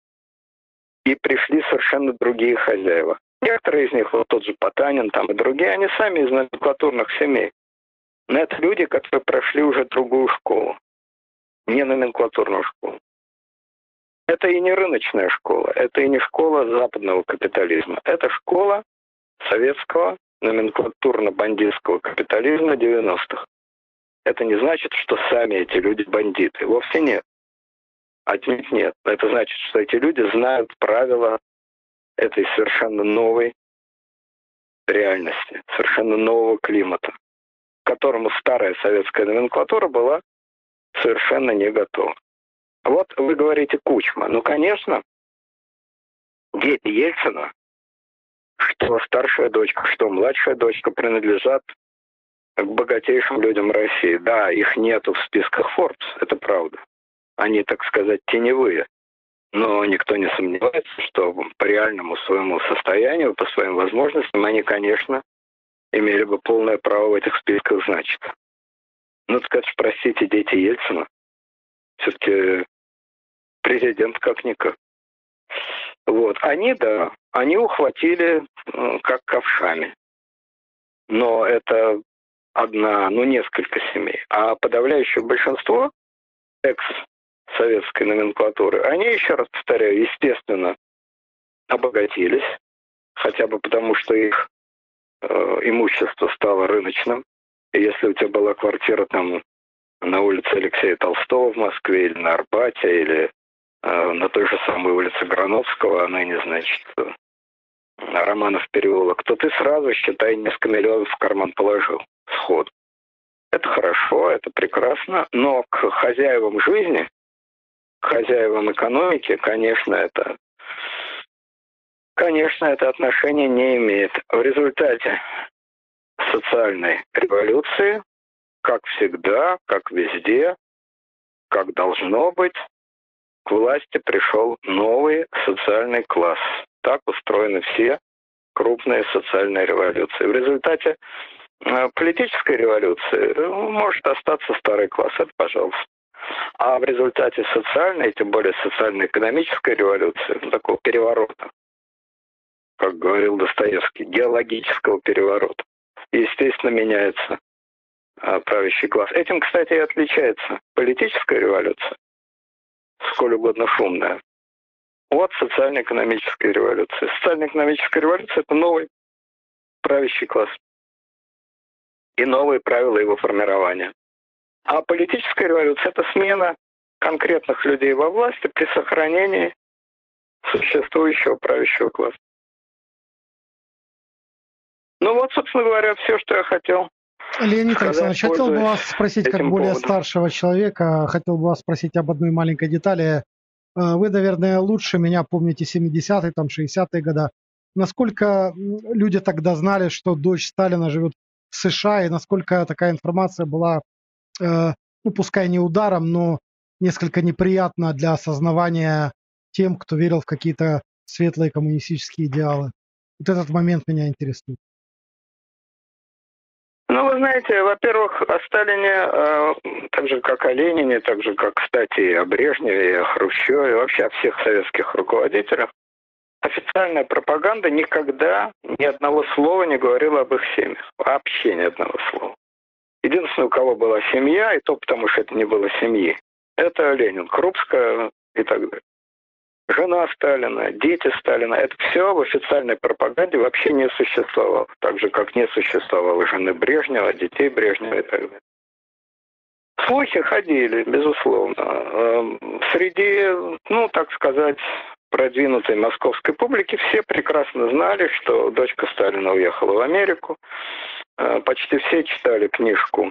И пришли совершенно другие хозяева. Некоторые из них, вот тот же Потанин там и другие, они сами из номенклатурных семей. Но это люди, которые прошли уже другую школу, не номенклатурную школу. Это и не рыночная школа, это и не школа западного капитализма. Это школа советского номенклатурно-бандитского капитализма девяностых. Это не значит, что сами эти люди бандиты. Вовсе нет. Отнюдь нет. Это значит, что эти люди знают правила этой совершенно новой реальности, совершенно нового климата, к которому старая советская номенклатура была совершенно не готова. Вот вы говорите Кучма. Ну, конечно, дети Ельцина, что старшая дочка, что младшая дочка, принадлежат к богатейшим людям России. Да, их нету в списках Forbes, это правда. Они, так сказать, теневые. Но никто не сомневается, что по реальному своему состоянию, по своим возможностям, они, конечно, имели бы полное право в этих списках значиться. Ну, так сказать, простите, дети Ельцина. Все-таки президент как-никак. Вот. Они, да, они ухватили э, как ковшами. Но это одна, ну, несколько семей. А подавляющее большинство экс-советской номенклатуры, они, еще раз повторяю, естественно, обогатились. Хотя бы потому, что их э, имущество стало рыночным. И если у тебя была квартира там на улице Алексея Толстого в Москве, или на Арбате, или э, на той же самой улице Грановского, она не значит, э, Романов переулок, то ты сразу, считай, несколько миллионов в карман положил сходу. Это хорошо, это прекрасно, но к хозяевам жизни, к хозяевам экономики, конечно, это, конечно, это отношение не имеет. В результате социальной революции, как всегда, как везде, как должно быть, к власти пришел новый социальный класс. Так устроены все крупные социальные революции. В результате э, политической революции э, может остаться старый класс, это пожалуйста. А в результате социальной, тем более социально-экономической революции, ну, такого переворота, как говорил Достоевский, геологического переворота, естественно, меняется э, правящий класс. Этим, кстати, и отличается политическая революция, сколь угодно шумная, от социально-экономической революции. Социально-экономическая революция – это новый правящий класс и новые правила его формирования. А политическая революция – это смена конкретных людей во власти при сохранении существующего правящего класса. Ну вот, собственно говоря, все, что я хотел. Леонид Александрович, хотел бы вас спросить, как более поводом. старшего человека, хотел бы вас спросить об одной маленькой детали. Вы, наверное, лучше меня помните семидесятые, там, шестидесятые годы. Насколько люди тогда знали, что дочь Сталина живет в США, и насколько такая информация была, э, ну, пускай не ударом, но несколько неприятна для осознавания тем, кто верил в какие-то светлые коммунистические идеалы. Вот этот момент меня интересует. Ну, вы знаете, во-первых, о Сталине, э, так же, как о Ленине, так же, как, кстати, и о Брежневе, и о Хрущеве, и вообще о всех советских руководителях, официальная пропаганда никогда ни одного слова не говорила об их семьях. Вообще ни одного слова. Единственное, у кого была семья, и то потому, что это не было семьи, это Ленин, Крупская и так далее. Жена Сталина, дети Сталина, это все в официальной пропаганде вообще не существовало. Так же, как не существовало жены Брежнева, детей Брежнева и так далее. Слухи ходили, безусловно. Среди, ну, так сказать, продвинутой московской публики все прекрасно знали, что дочка Сталина уехала в Америку. Почти все читали книжку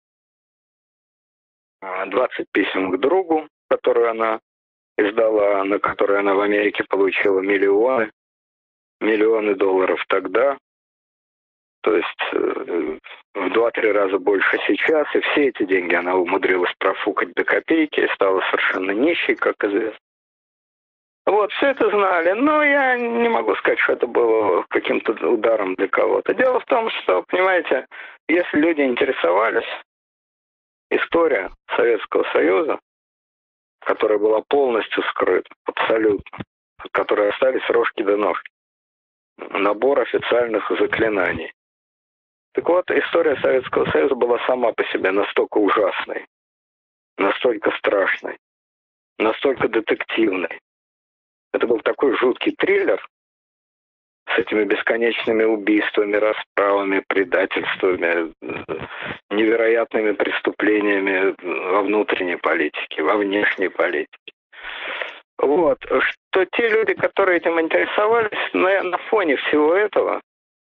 «двадцать писем к другу», которую она издала, на которой она в Америке получила миллионы, миллионы долларов тогда. то есть э, в два-три раза больше сейчас, и все эти деньги она умудрилась профукать до копейки и стала совершенно нищей, как известно. Вот, все это знали, но я не могу сказать, что это было каким-то ударом для кого-то. Дело в том, что, понимаете, если люди интересовались, история Советского Союза, которая была полностью скрыта, абсолютно, от которой остались рожки до ножки, набор официальных заклинаний. Так вот, история Советского Союза была сама по себе настолько ужасной, настолько страшной, настолько детективной. Это был такой жуткий триллер с этими бесконечными убийствами, расправами, предательствами, невероятными преступлениями во внутренней политике, во внешней политике. Вот. Что те люди, которые этим интересовались, на, на фоне всего этого,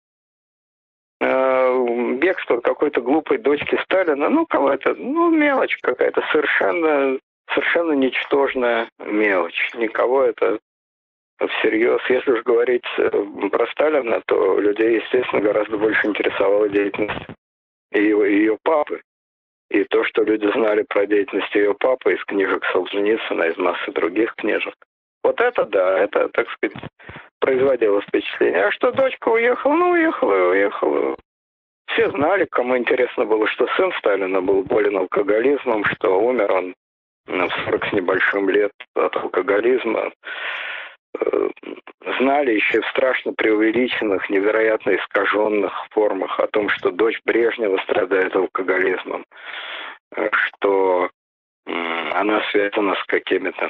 э, бегство какой-то глупой дочки Сталина, ну, кого-то, ну, мелочь какая-то, совершенно, совершенно ничтожная мелочь. Никого это всерьез. Если уж говорить про Сталина, то людей, естественно, гораздо больше интересовала деятельность ее, ее папы. И то, что люди знали про деятельность ее папы из книжек Солженицына, из массы других книжек. Вот это да, это, так сказать, производило впечатление. А что дочка уехала? Ну, уехала и уехала. Все знали, кому интересно было, что сын Сталина был болен алкоголизмом, что умер он в сорок с небольшим лет от алкоголизма. Знали еще в страшно преувеличенных, невероятно искаженных формах о том, что дочь Брежнева страдает алкоголизмом, что она связана с какими-то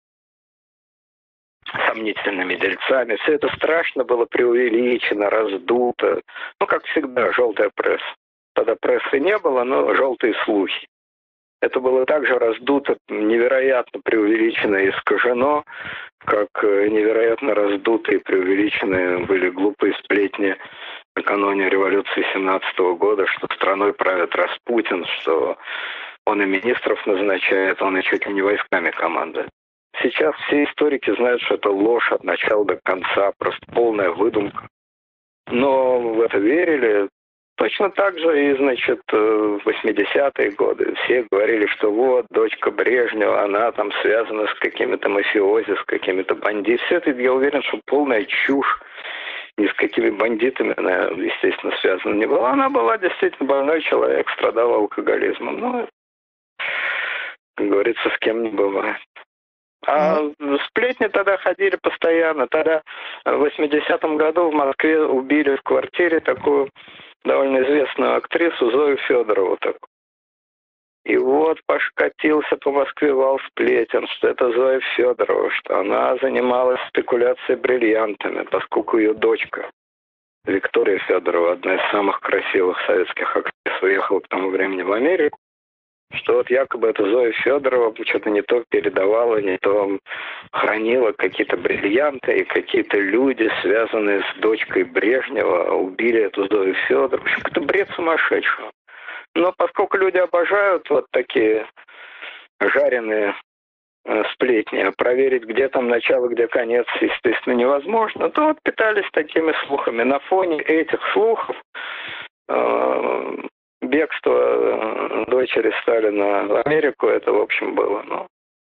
сомнительными дельцами. Все это страшно было преувеличено, раздуто. Ну, как всегда, желтая пресса. Тогда прессы не было, но желтые слухи. Это было также раздуто, невероятно преувеличено и искажено, как невероятно раздутые и преувеличенные были глупые сплетни накануне революции семнадцатого года, что страной правит Распутин, что он и министров назначает, он и чуть ли не войсками командует. Сейчас все историки знают, что это ложь от начала до конца, просто полная выдумка. Но в это верили. Точно так же и, значит, в восьмидесятые годы все говорили, что вот, дочка Брежнева, она там связана с какими-то мафиози, с какими-то бандитами. Все это, я уверен, что полная чушь. Ни с какими бандитами она, естественно, связана не была. Она была действительно больной человек, страдала алкоголизмом. Ну, как говорится, с кем не бывает. А сплетни тогда ходили постоянно. Тогда в восьмидесятом году в Москве убили в квартире такую довольно известную актрису Зою Федорову. Такую. И вот покатился по Москве вал сплетен, что это Зоя Федорова, что она занималась спекуляцией бриллиантами, поскольку ее дочка Виктория Федорова, одна из самых красивых советских актрис, уехала к тому времени в Америку, что вот якобы эта Зоя Федорова что-то не то передавала, не то хранила какие-то бриллианты, и какие-то люди, связанные с дочкой Брежнева, убили эту Зою Федорову. В общем, это бред сумасшедшего. Но поскольку люди обожают вот такие жареные э, сплетни, а проверить, где там начало, где конец, естественно, невозможно, то вот питались такими слухами. На фоне этих слухов э, бегство дочери Сталина в Америку, это, в общем, было, ну,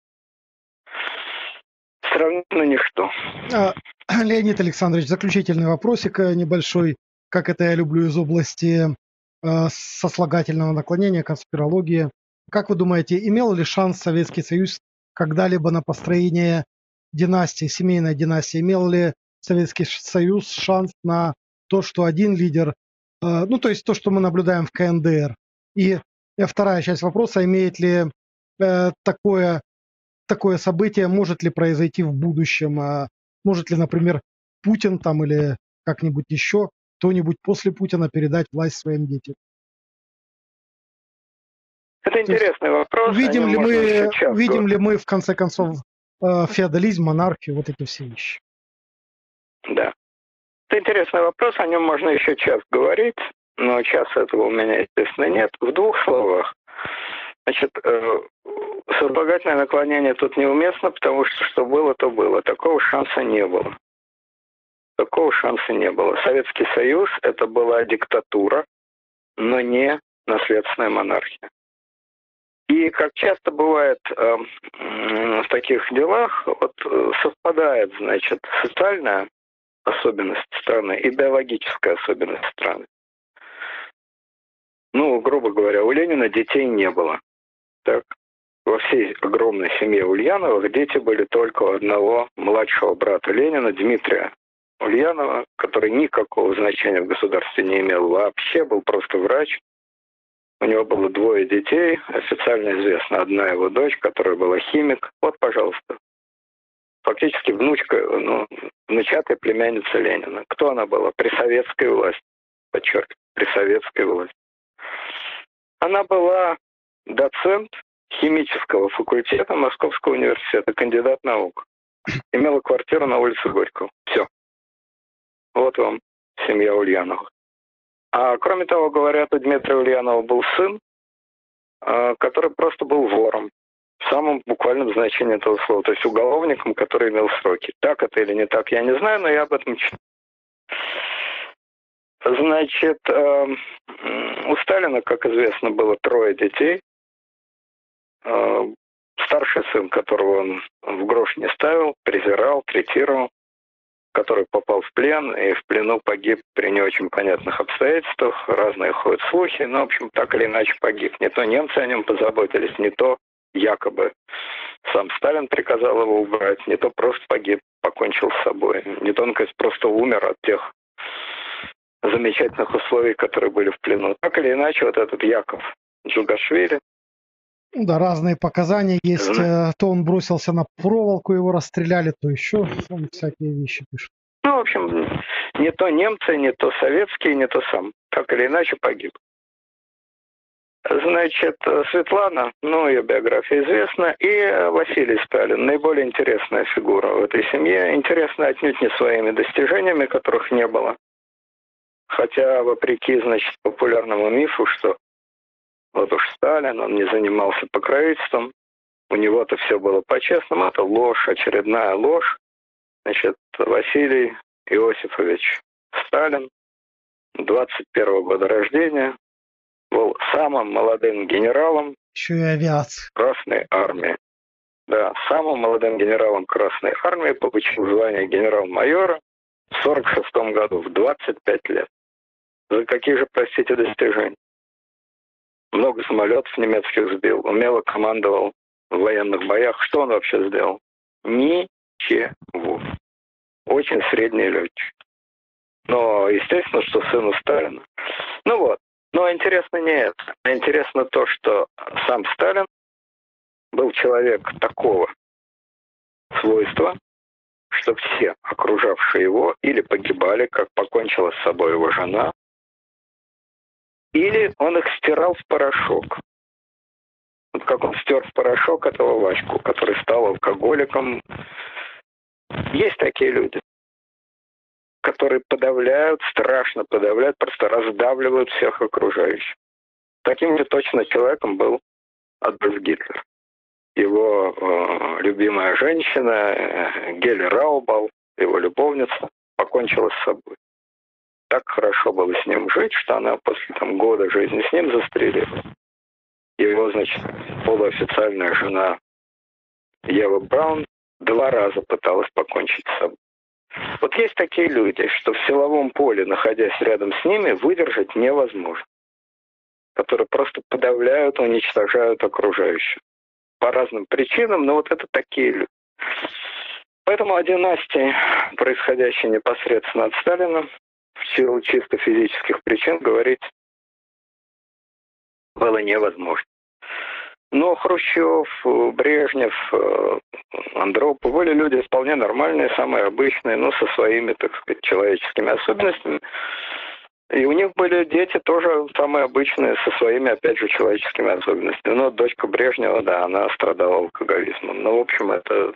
сравнительно ничто. Леонид Александрович, заключительный вопросик небольшой, как это я люблю из области э, сослагательного наклонения, конспирологии. Как вы думаете, имел ли шанс Советский Союз когда-либо на построение династии, семейной династии? Имел ли Советский Союз шанс на то, что один лидер, ну, то есть то, что мы наблюдаем в ка эн дэ эр. И вторая часть вопроса, имеет ли э, такое, такое событие, может ли произойти в будущем, э, может ли, например, Путин там или как-нибудь еще, кто-нибудь после Путина передать власть своим детям? Это интересный вопрос. Видим ли, мы, видим ли мы, в конце концов, э, феодализм, монархию, вот эти все вещи? Да. Это интересный вопрос, о нем можно еще час говорить, но часа этого у меня, естественно, нет. В двух словах. Значит, э, сослагательное наклонение тут неуместно, потому что что было, то было. Такого шанса не было. Такого шанса не было. Советский Союз – это была диктатура, но не наследственная монархия. И, как часто бывает э, в таких делах, вот совпадает, значит, социальная особенность страны и биологическая особенность страны. Ну, грубо говоря, у Ленина детей не было. Так? Во всей огромной семье Ульяновых дети были только у одного младшего брата Ленина, Дмитрия Ульянова, который никакого значения в государстве не имел вообще, был просто врач. У него было двое детей, официально известно, одна его дочь, которая была химик. Вот, пожалуйста. Фактически внучка, ну, внучатая племянница Ленина. Кто она была? При советской власти. Подчеркиваю, при советской власти. Она была доцент химического факультета Московского университета, кандидат наук. Имела квартиру на улице Горького. Все. Вот вам семья Ульяновых. А кроме того, говорят, у Дмитрия Ульянова был сын, который просто был вором. В самом буквальном значении этого слова. То есть уголовником, который имел сроки. Так это или не так, я не знаю, но я об этом читал. Значит, у Сталина, как известно, было трое детей. Старший сын, которого он в грош не ставил, презирал, третировал, который попал в плен и в плену погиб при не очень понятных обстоятельствах. Разные ходят слухи, но, в общем, так или иначе погиб. Не то немцы о нем позаботились, не то якобы сам Сталин приказал его убрать, не то просто погиб, покончил с собой. Не то он, конечно, просто умер от тех замечательных условий, которые были в плену. Так или иначе, вот этот Яков Джугашвили. Да, разные показания есть. Зна... То он бросился на проволоку, его расстреляли, то еще он всякие вещи пишет. Ну, в общем, не то немцы, не то советские, не то сам. Так или иначе погиб. Значит, Светлана, ну, ее биография известна, и Василий Сталин, наиболее интересная фигура в этой семье. Интересна отнюдь не своими достижениями, которых не было. Хотя, вопреки, значит, популярному мифу, что вот уж Сталин, он не занимался покровительством, у него-то все было по-честному, это ложь, очередная ложь. Значит, Василий Иосифович Сталин, двадцать первого года рождения, был самым молодым генералом Еще и авиация. Красной армии. Да, самым молодым генералом Красной армии, получил звание генерал-майора в сорок шестом году, в двадцать пять лет. За какие же, простите, достижения? Много самолетов немецких сбил, умело командовал в военных боях. Что он вообще сделал? Ничего. Очень средний летчик. Но, естественно, что сыну Сталина. Ну вот. Но интересно не это. Интересно то, что сам Сталин был человек такого свойства, что все окружавшие его или погибали, как покончила с собой его жена, или он их стирал в порошок. Вот как он стер в порошок этого Ваську, который стал алкоголиком. Есть такие люди, которые подавляют, страшно подавляют, просто раздавливают всех окружающих. Таким же точно человеком был Адольф Гитлер. Его э, любимая женщина э, Геля Раубал, его любовница, покончила с собой. Так хорошо было с ним жить, что она после там, года жизни с ним застрелила. Его, значит, полуофициальная жена Ева Браун два раза пыталась покончить с собой. Вот есть такие люди, что в силовом поле, находясь рядом с ними, выдержать невозможно. Которые просто подавляют, уничтожают окружающих. По разным причинам, но вот это такие люди. Поэтому о династии, происходящей непосредственно от Сталина, в силу чисто физических причин говорить было невозможно. Но Хрущев, Брежнев, Андропов были люди вполне нормальные, самые обычные, но со своими, так сказать, человеческими особенностями. И у них были дети тоже самые обычные, со своими, опять же, человеческими особенностями. Но дочка Брежнева, да, она страдала алкоголизмом. Ну, в общем, это...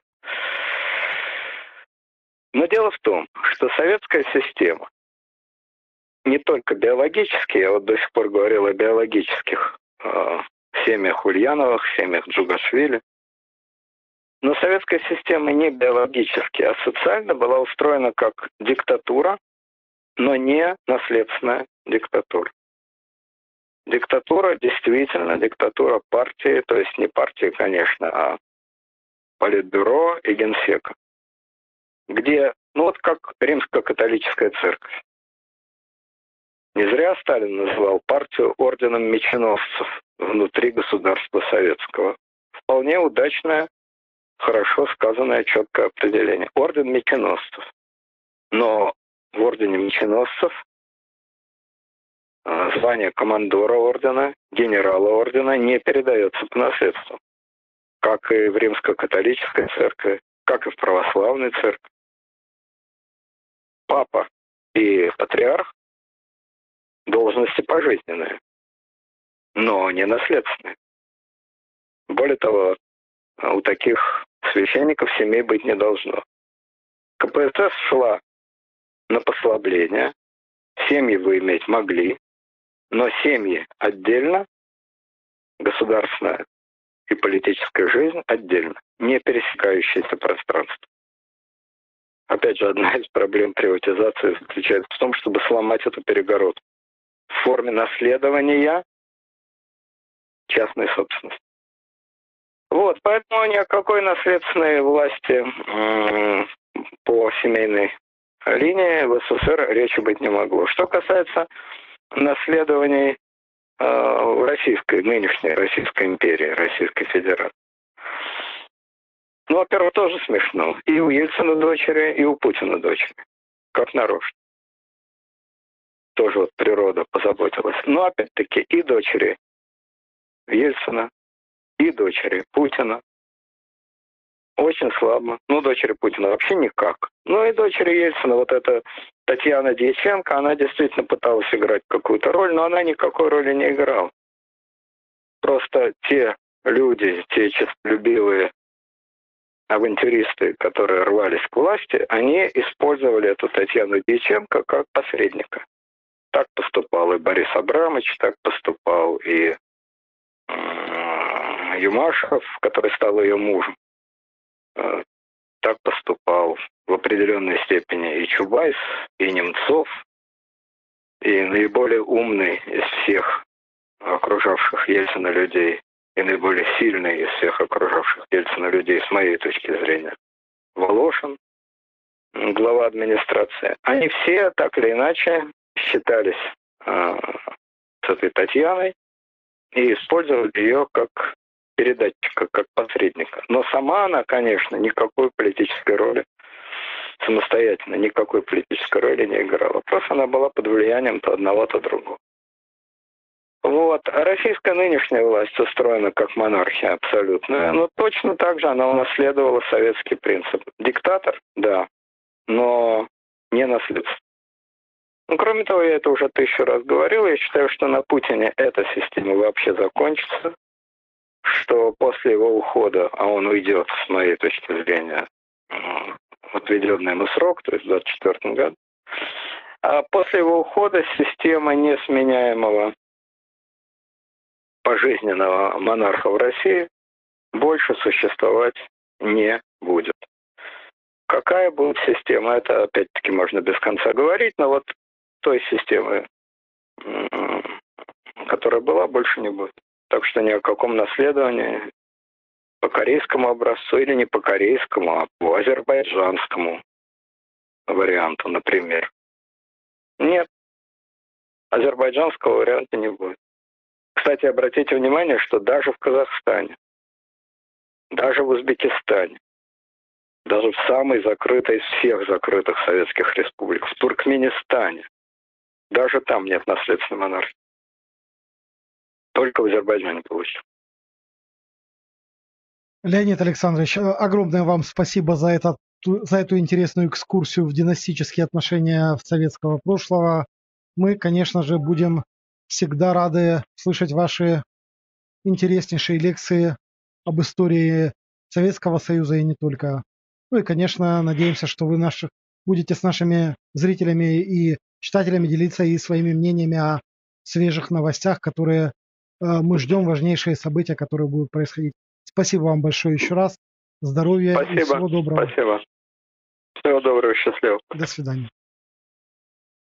Но дело в том, что советская система не только биологически, я вот до сих пор говорил о биологических э, семьях Ульяновых, семьях Джугашвили, Но советская система не биологически, а социально была устроена как диктатура, но не наследственная диктатура. Диктатура, действительно, диктатура партии, то есть не партии, конечно, а политбюро и генсека, где, ну вот как римско-католическая церковь. Не зря Сталин называл партию орденом меченосцев внутри государства советского. Вполне удачное, хорошо сказанное, четкое определение. Орден меченосцев. Но в ордене меченосцев звание командора ордена, генерала ордена не передается по наследству. Как и в римско-католической церкви, как и в православной церкви. Папа и патриарх должности пожизненные, но не наследственные. Более того, у таких священников семей быть не должно. ка пэ эс эс шла на послабление, семьи вы иметь могли, но семьи отдельно, государственная и политическая жизнь отдельно, не пересекающиеся пространства. Опять же, одна из проблем приватизации заключается в том, чтобы сломать эту перегородку в форме наследования частной собственности. Вот, поэтому ни о какой наследственной власти м- по семейной линии в эс эс эс эр речи быть не могло. Что касается наследований э, в российской, нынешней Российской империи, Российской Федерации. Ну, во-первых, тоже смешно. И у Ельцина дочери, и у Путина дочери. Как нарочно. Тоже вот природа позаботилась. Но опять-таки и дочери Ельцина, и дочери Путина очень слабо. Ну, дочери Путина вообще никак. Ну и дочери Ельцина, вот эта Татьяна Дьяченко, она действительно пыталась играть какую-то роль, но она никакой роли не играла. Просто те люди, те честолюбивые авантюристы, которые рвались к власти, они использовали эту Татьяну Дьяченко как посредника. Так поступал и Борис Абрамович, так поступал и Юмашев, который стал ее мужем. Так поступал в определенной степени и Чубайс, и Немцов, и наиболее умный из всех окружавших Ельцина людей, и наиболее сильный из всех окружавших Ельцина людей, с моей точки зрения, Волошин, глава администрации. Они все так или иначе считались э, с этой Татьяной и использовали ее как передатчика, как посредника. Но сама она, конечно, никакой политической роли самостоятельно, никакой политической роли не играла. Просто она была под влиянием то одного, то другого. Вот. А российская нынешняя власть устроена как монархия абсолютная. Но точно так же она унаследовала советский принцип. Диктатор, да, но не наследство. Ну, кроме того, я это уже тысячу раз говорил, я считаю, что на Путине эта система вообще закончится, что после его ухода, а он уйдет, с моей точки зрения, в отведенный ему срок, то есть в двадцать четвёртом году, а после его ухода система несменяемого пожизненного монарха в России больше существовать не будет. Какая будет система, это опять-таки можно без конца говорить, но вот той системы, которая была, больше не будет. Так что ни о каком наследовании по корейскому образцу или не по корейскому, а по азербайджанскому варианту, например. Нет, азербайджанского варианта не будет. Кстати, обратите внимание, что даже в Казахстане, даже в Узбекистане, даже в самой закрытой из всех закрытых советских республик, в Туркменистане, даже там нет наследственной монархии. Только в Азербайджане получил. Леонид Александрович, огромное вам спасибо за, этот, за эту интересную экскурсию в династические отношения советского прошлого. Мы, конечно же, будем всегда рады слышать ваши интереснейшие лекции об истории Советского Союза и не только. Ну и, конечно, надеемся, что вы наши, будете с нашими зрителями и читателями делиться и своими мнениями о свежих новостях, которые э, мы ждем, важнейшие события, которые будут происходить. Спасибо вам большое еще раз. здоровья Спасибо. и всего доброго. Спасибо. Всего доброго, счастливо. До свидания.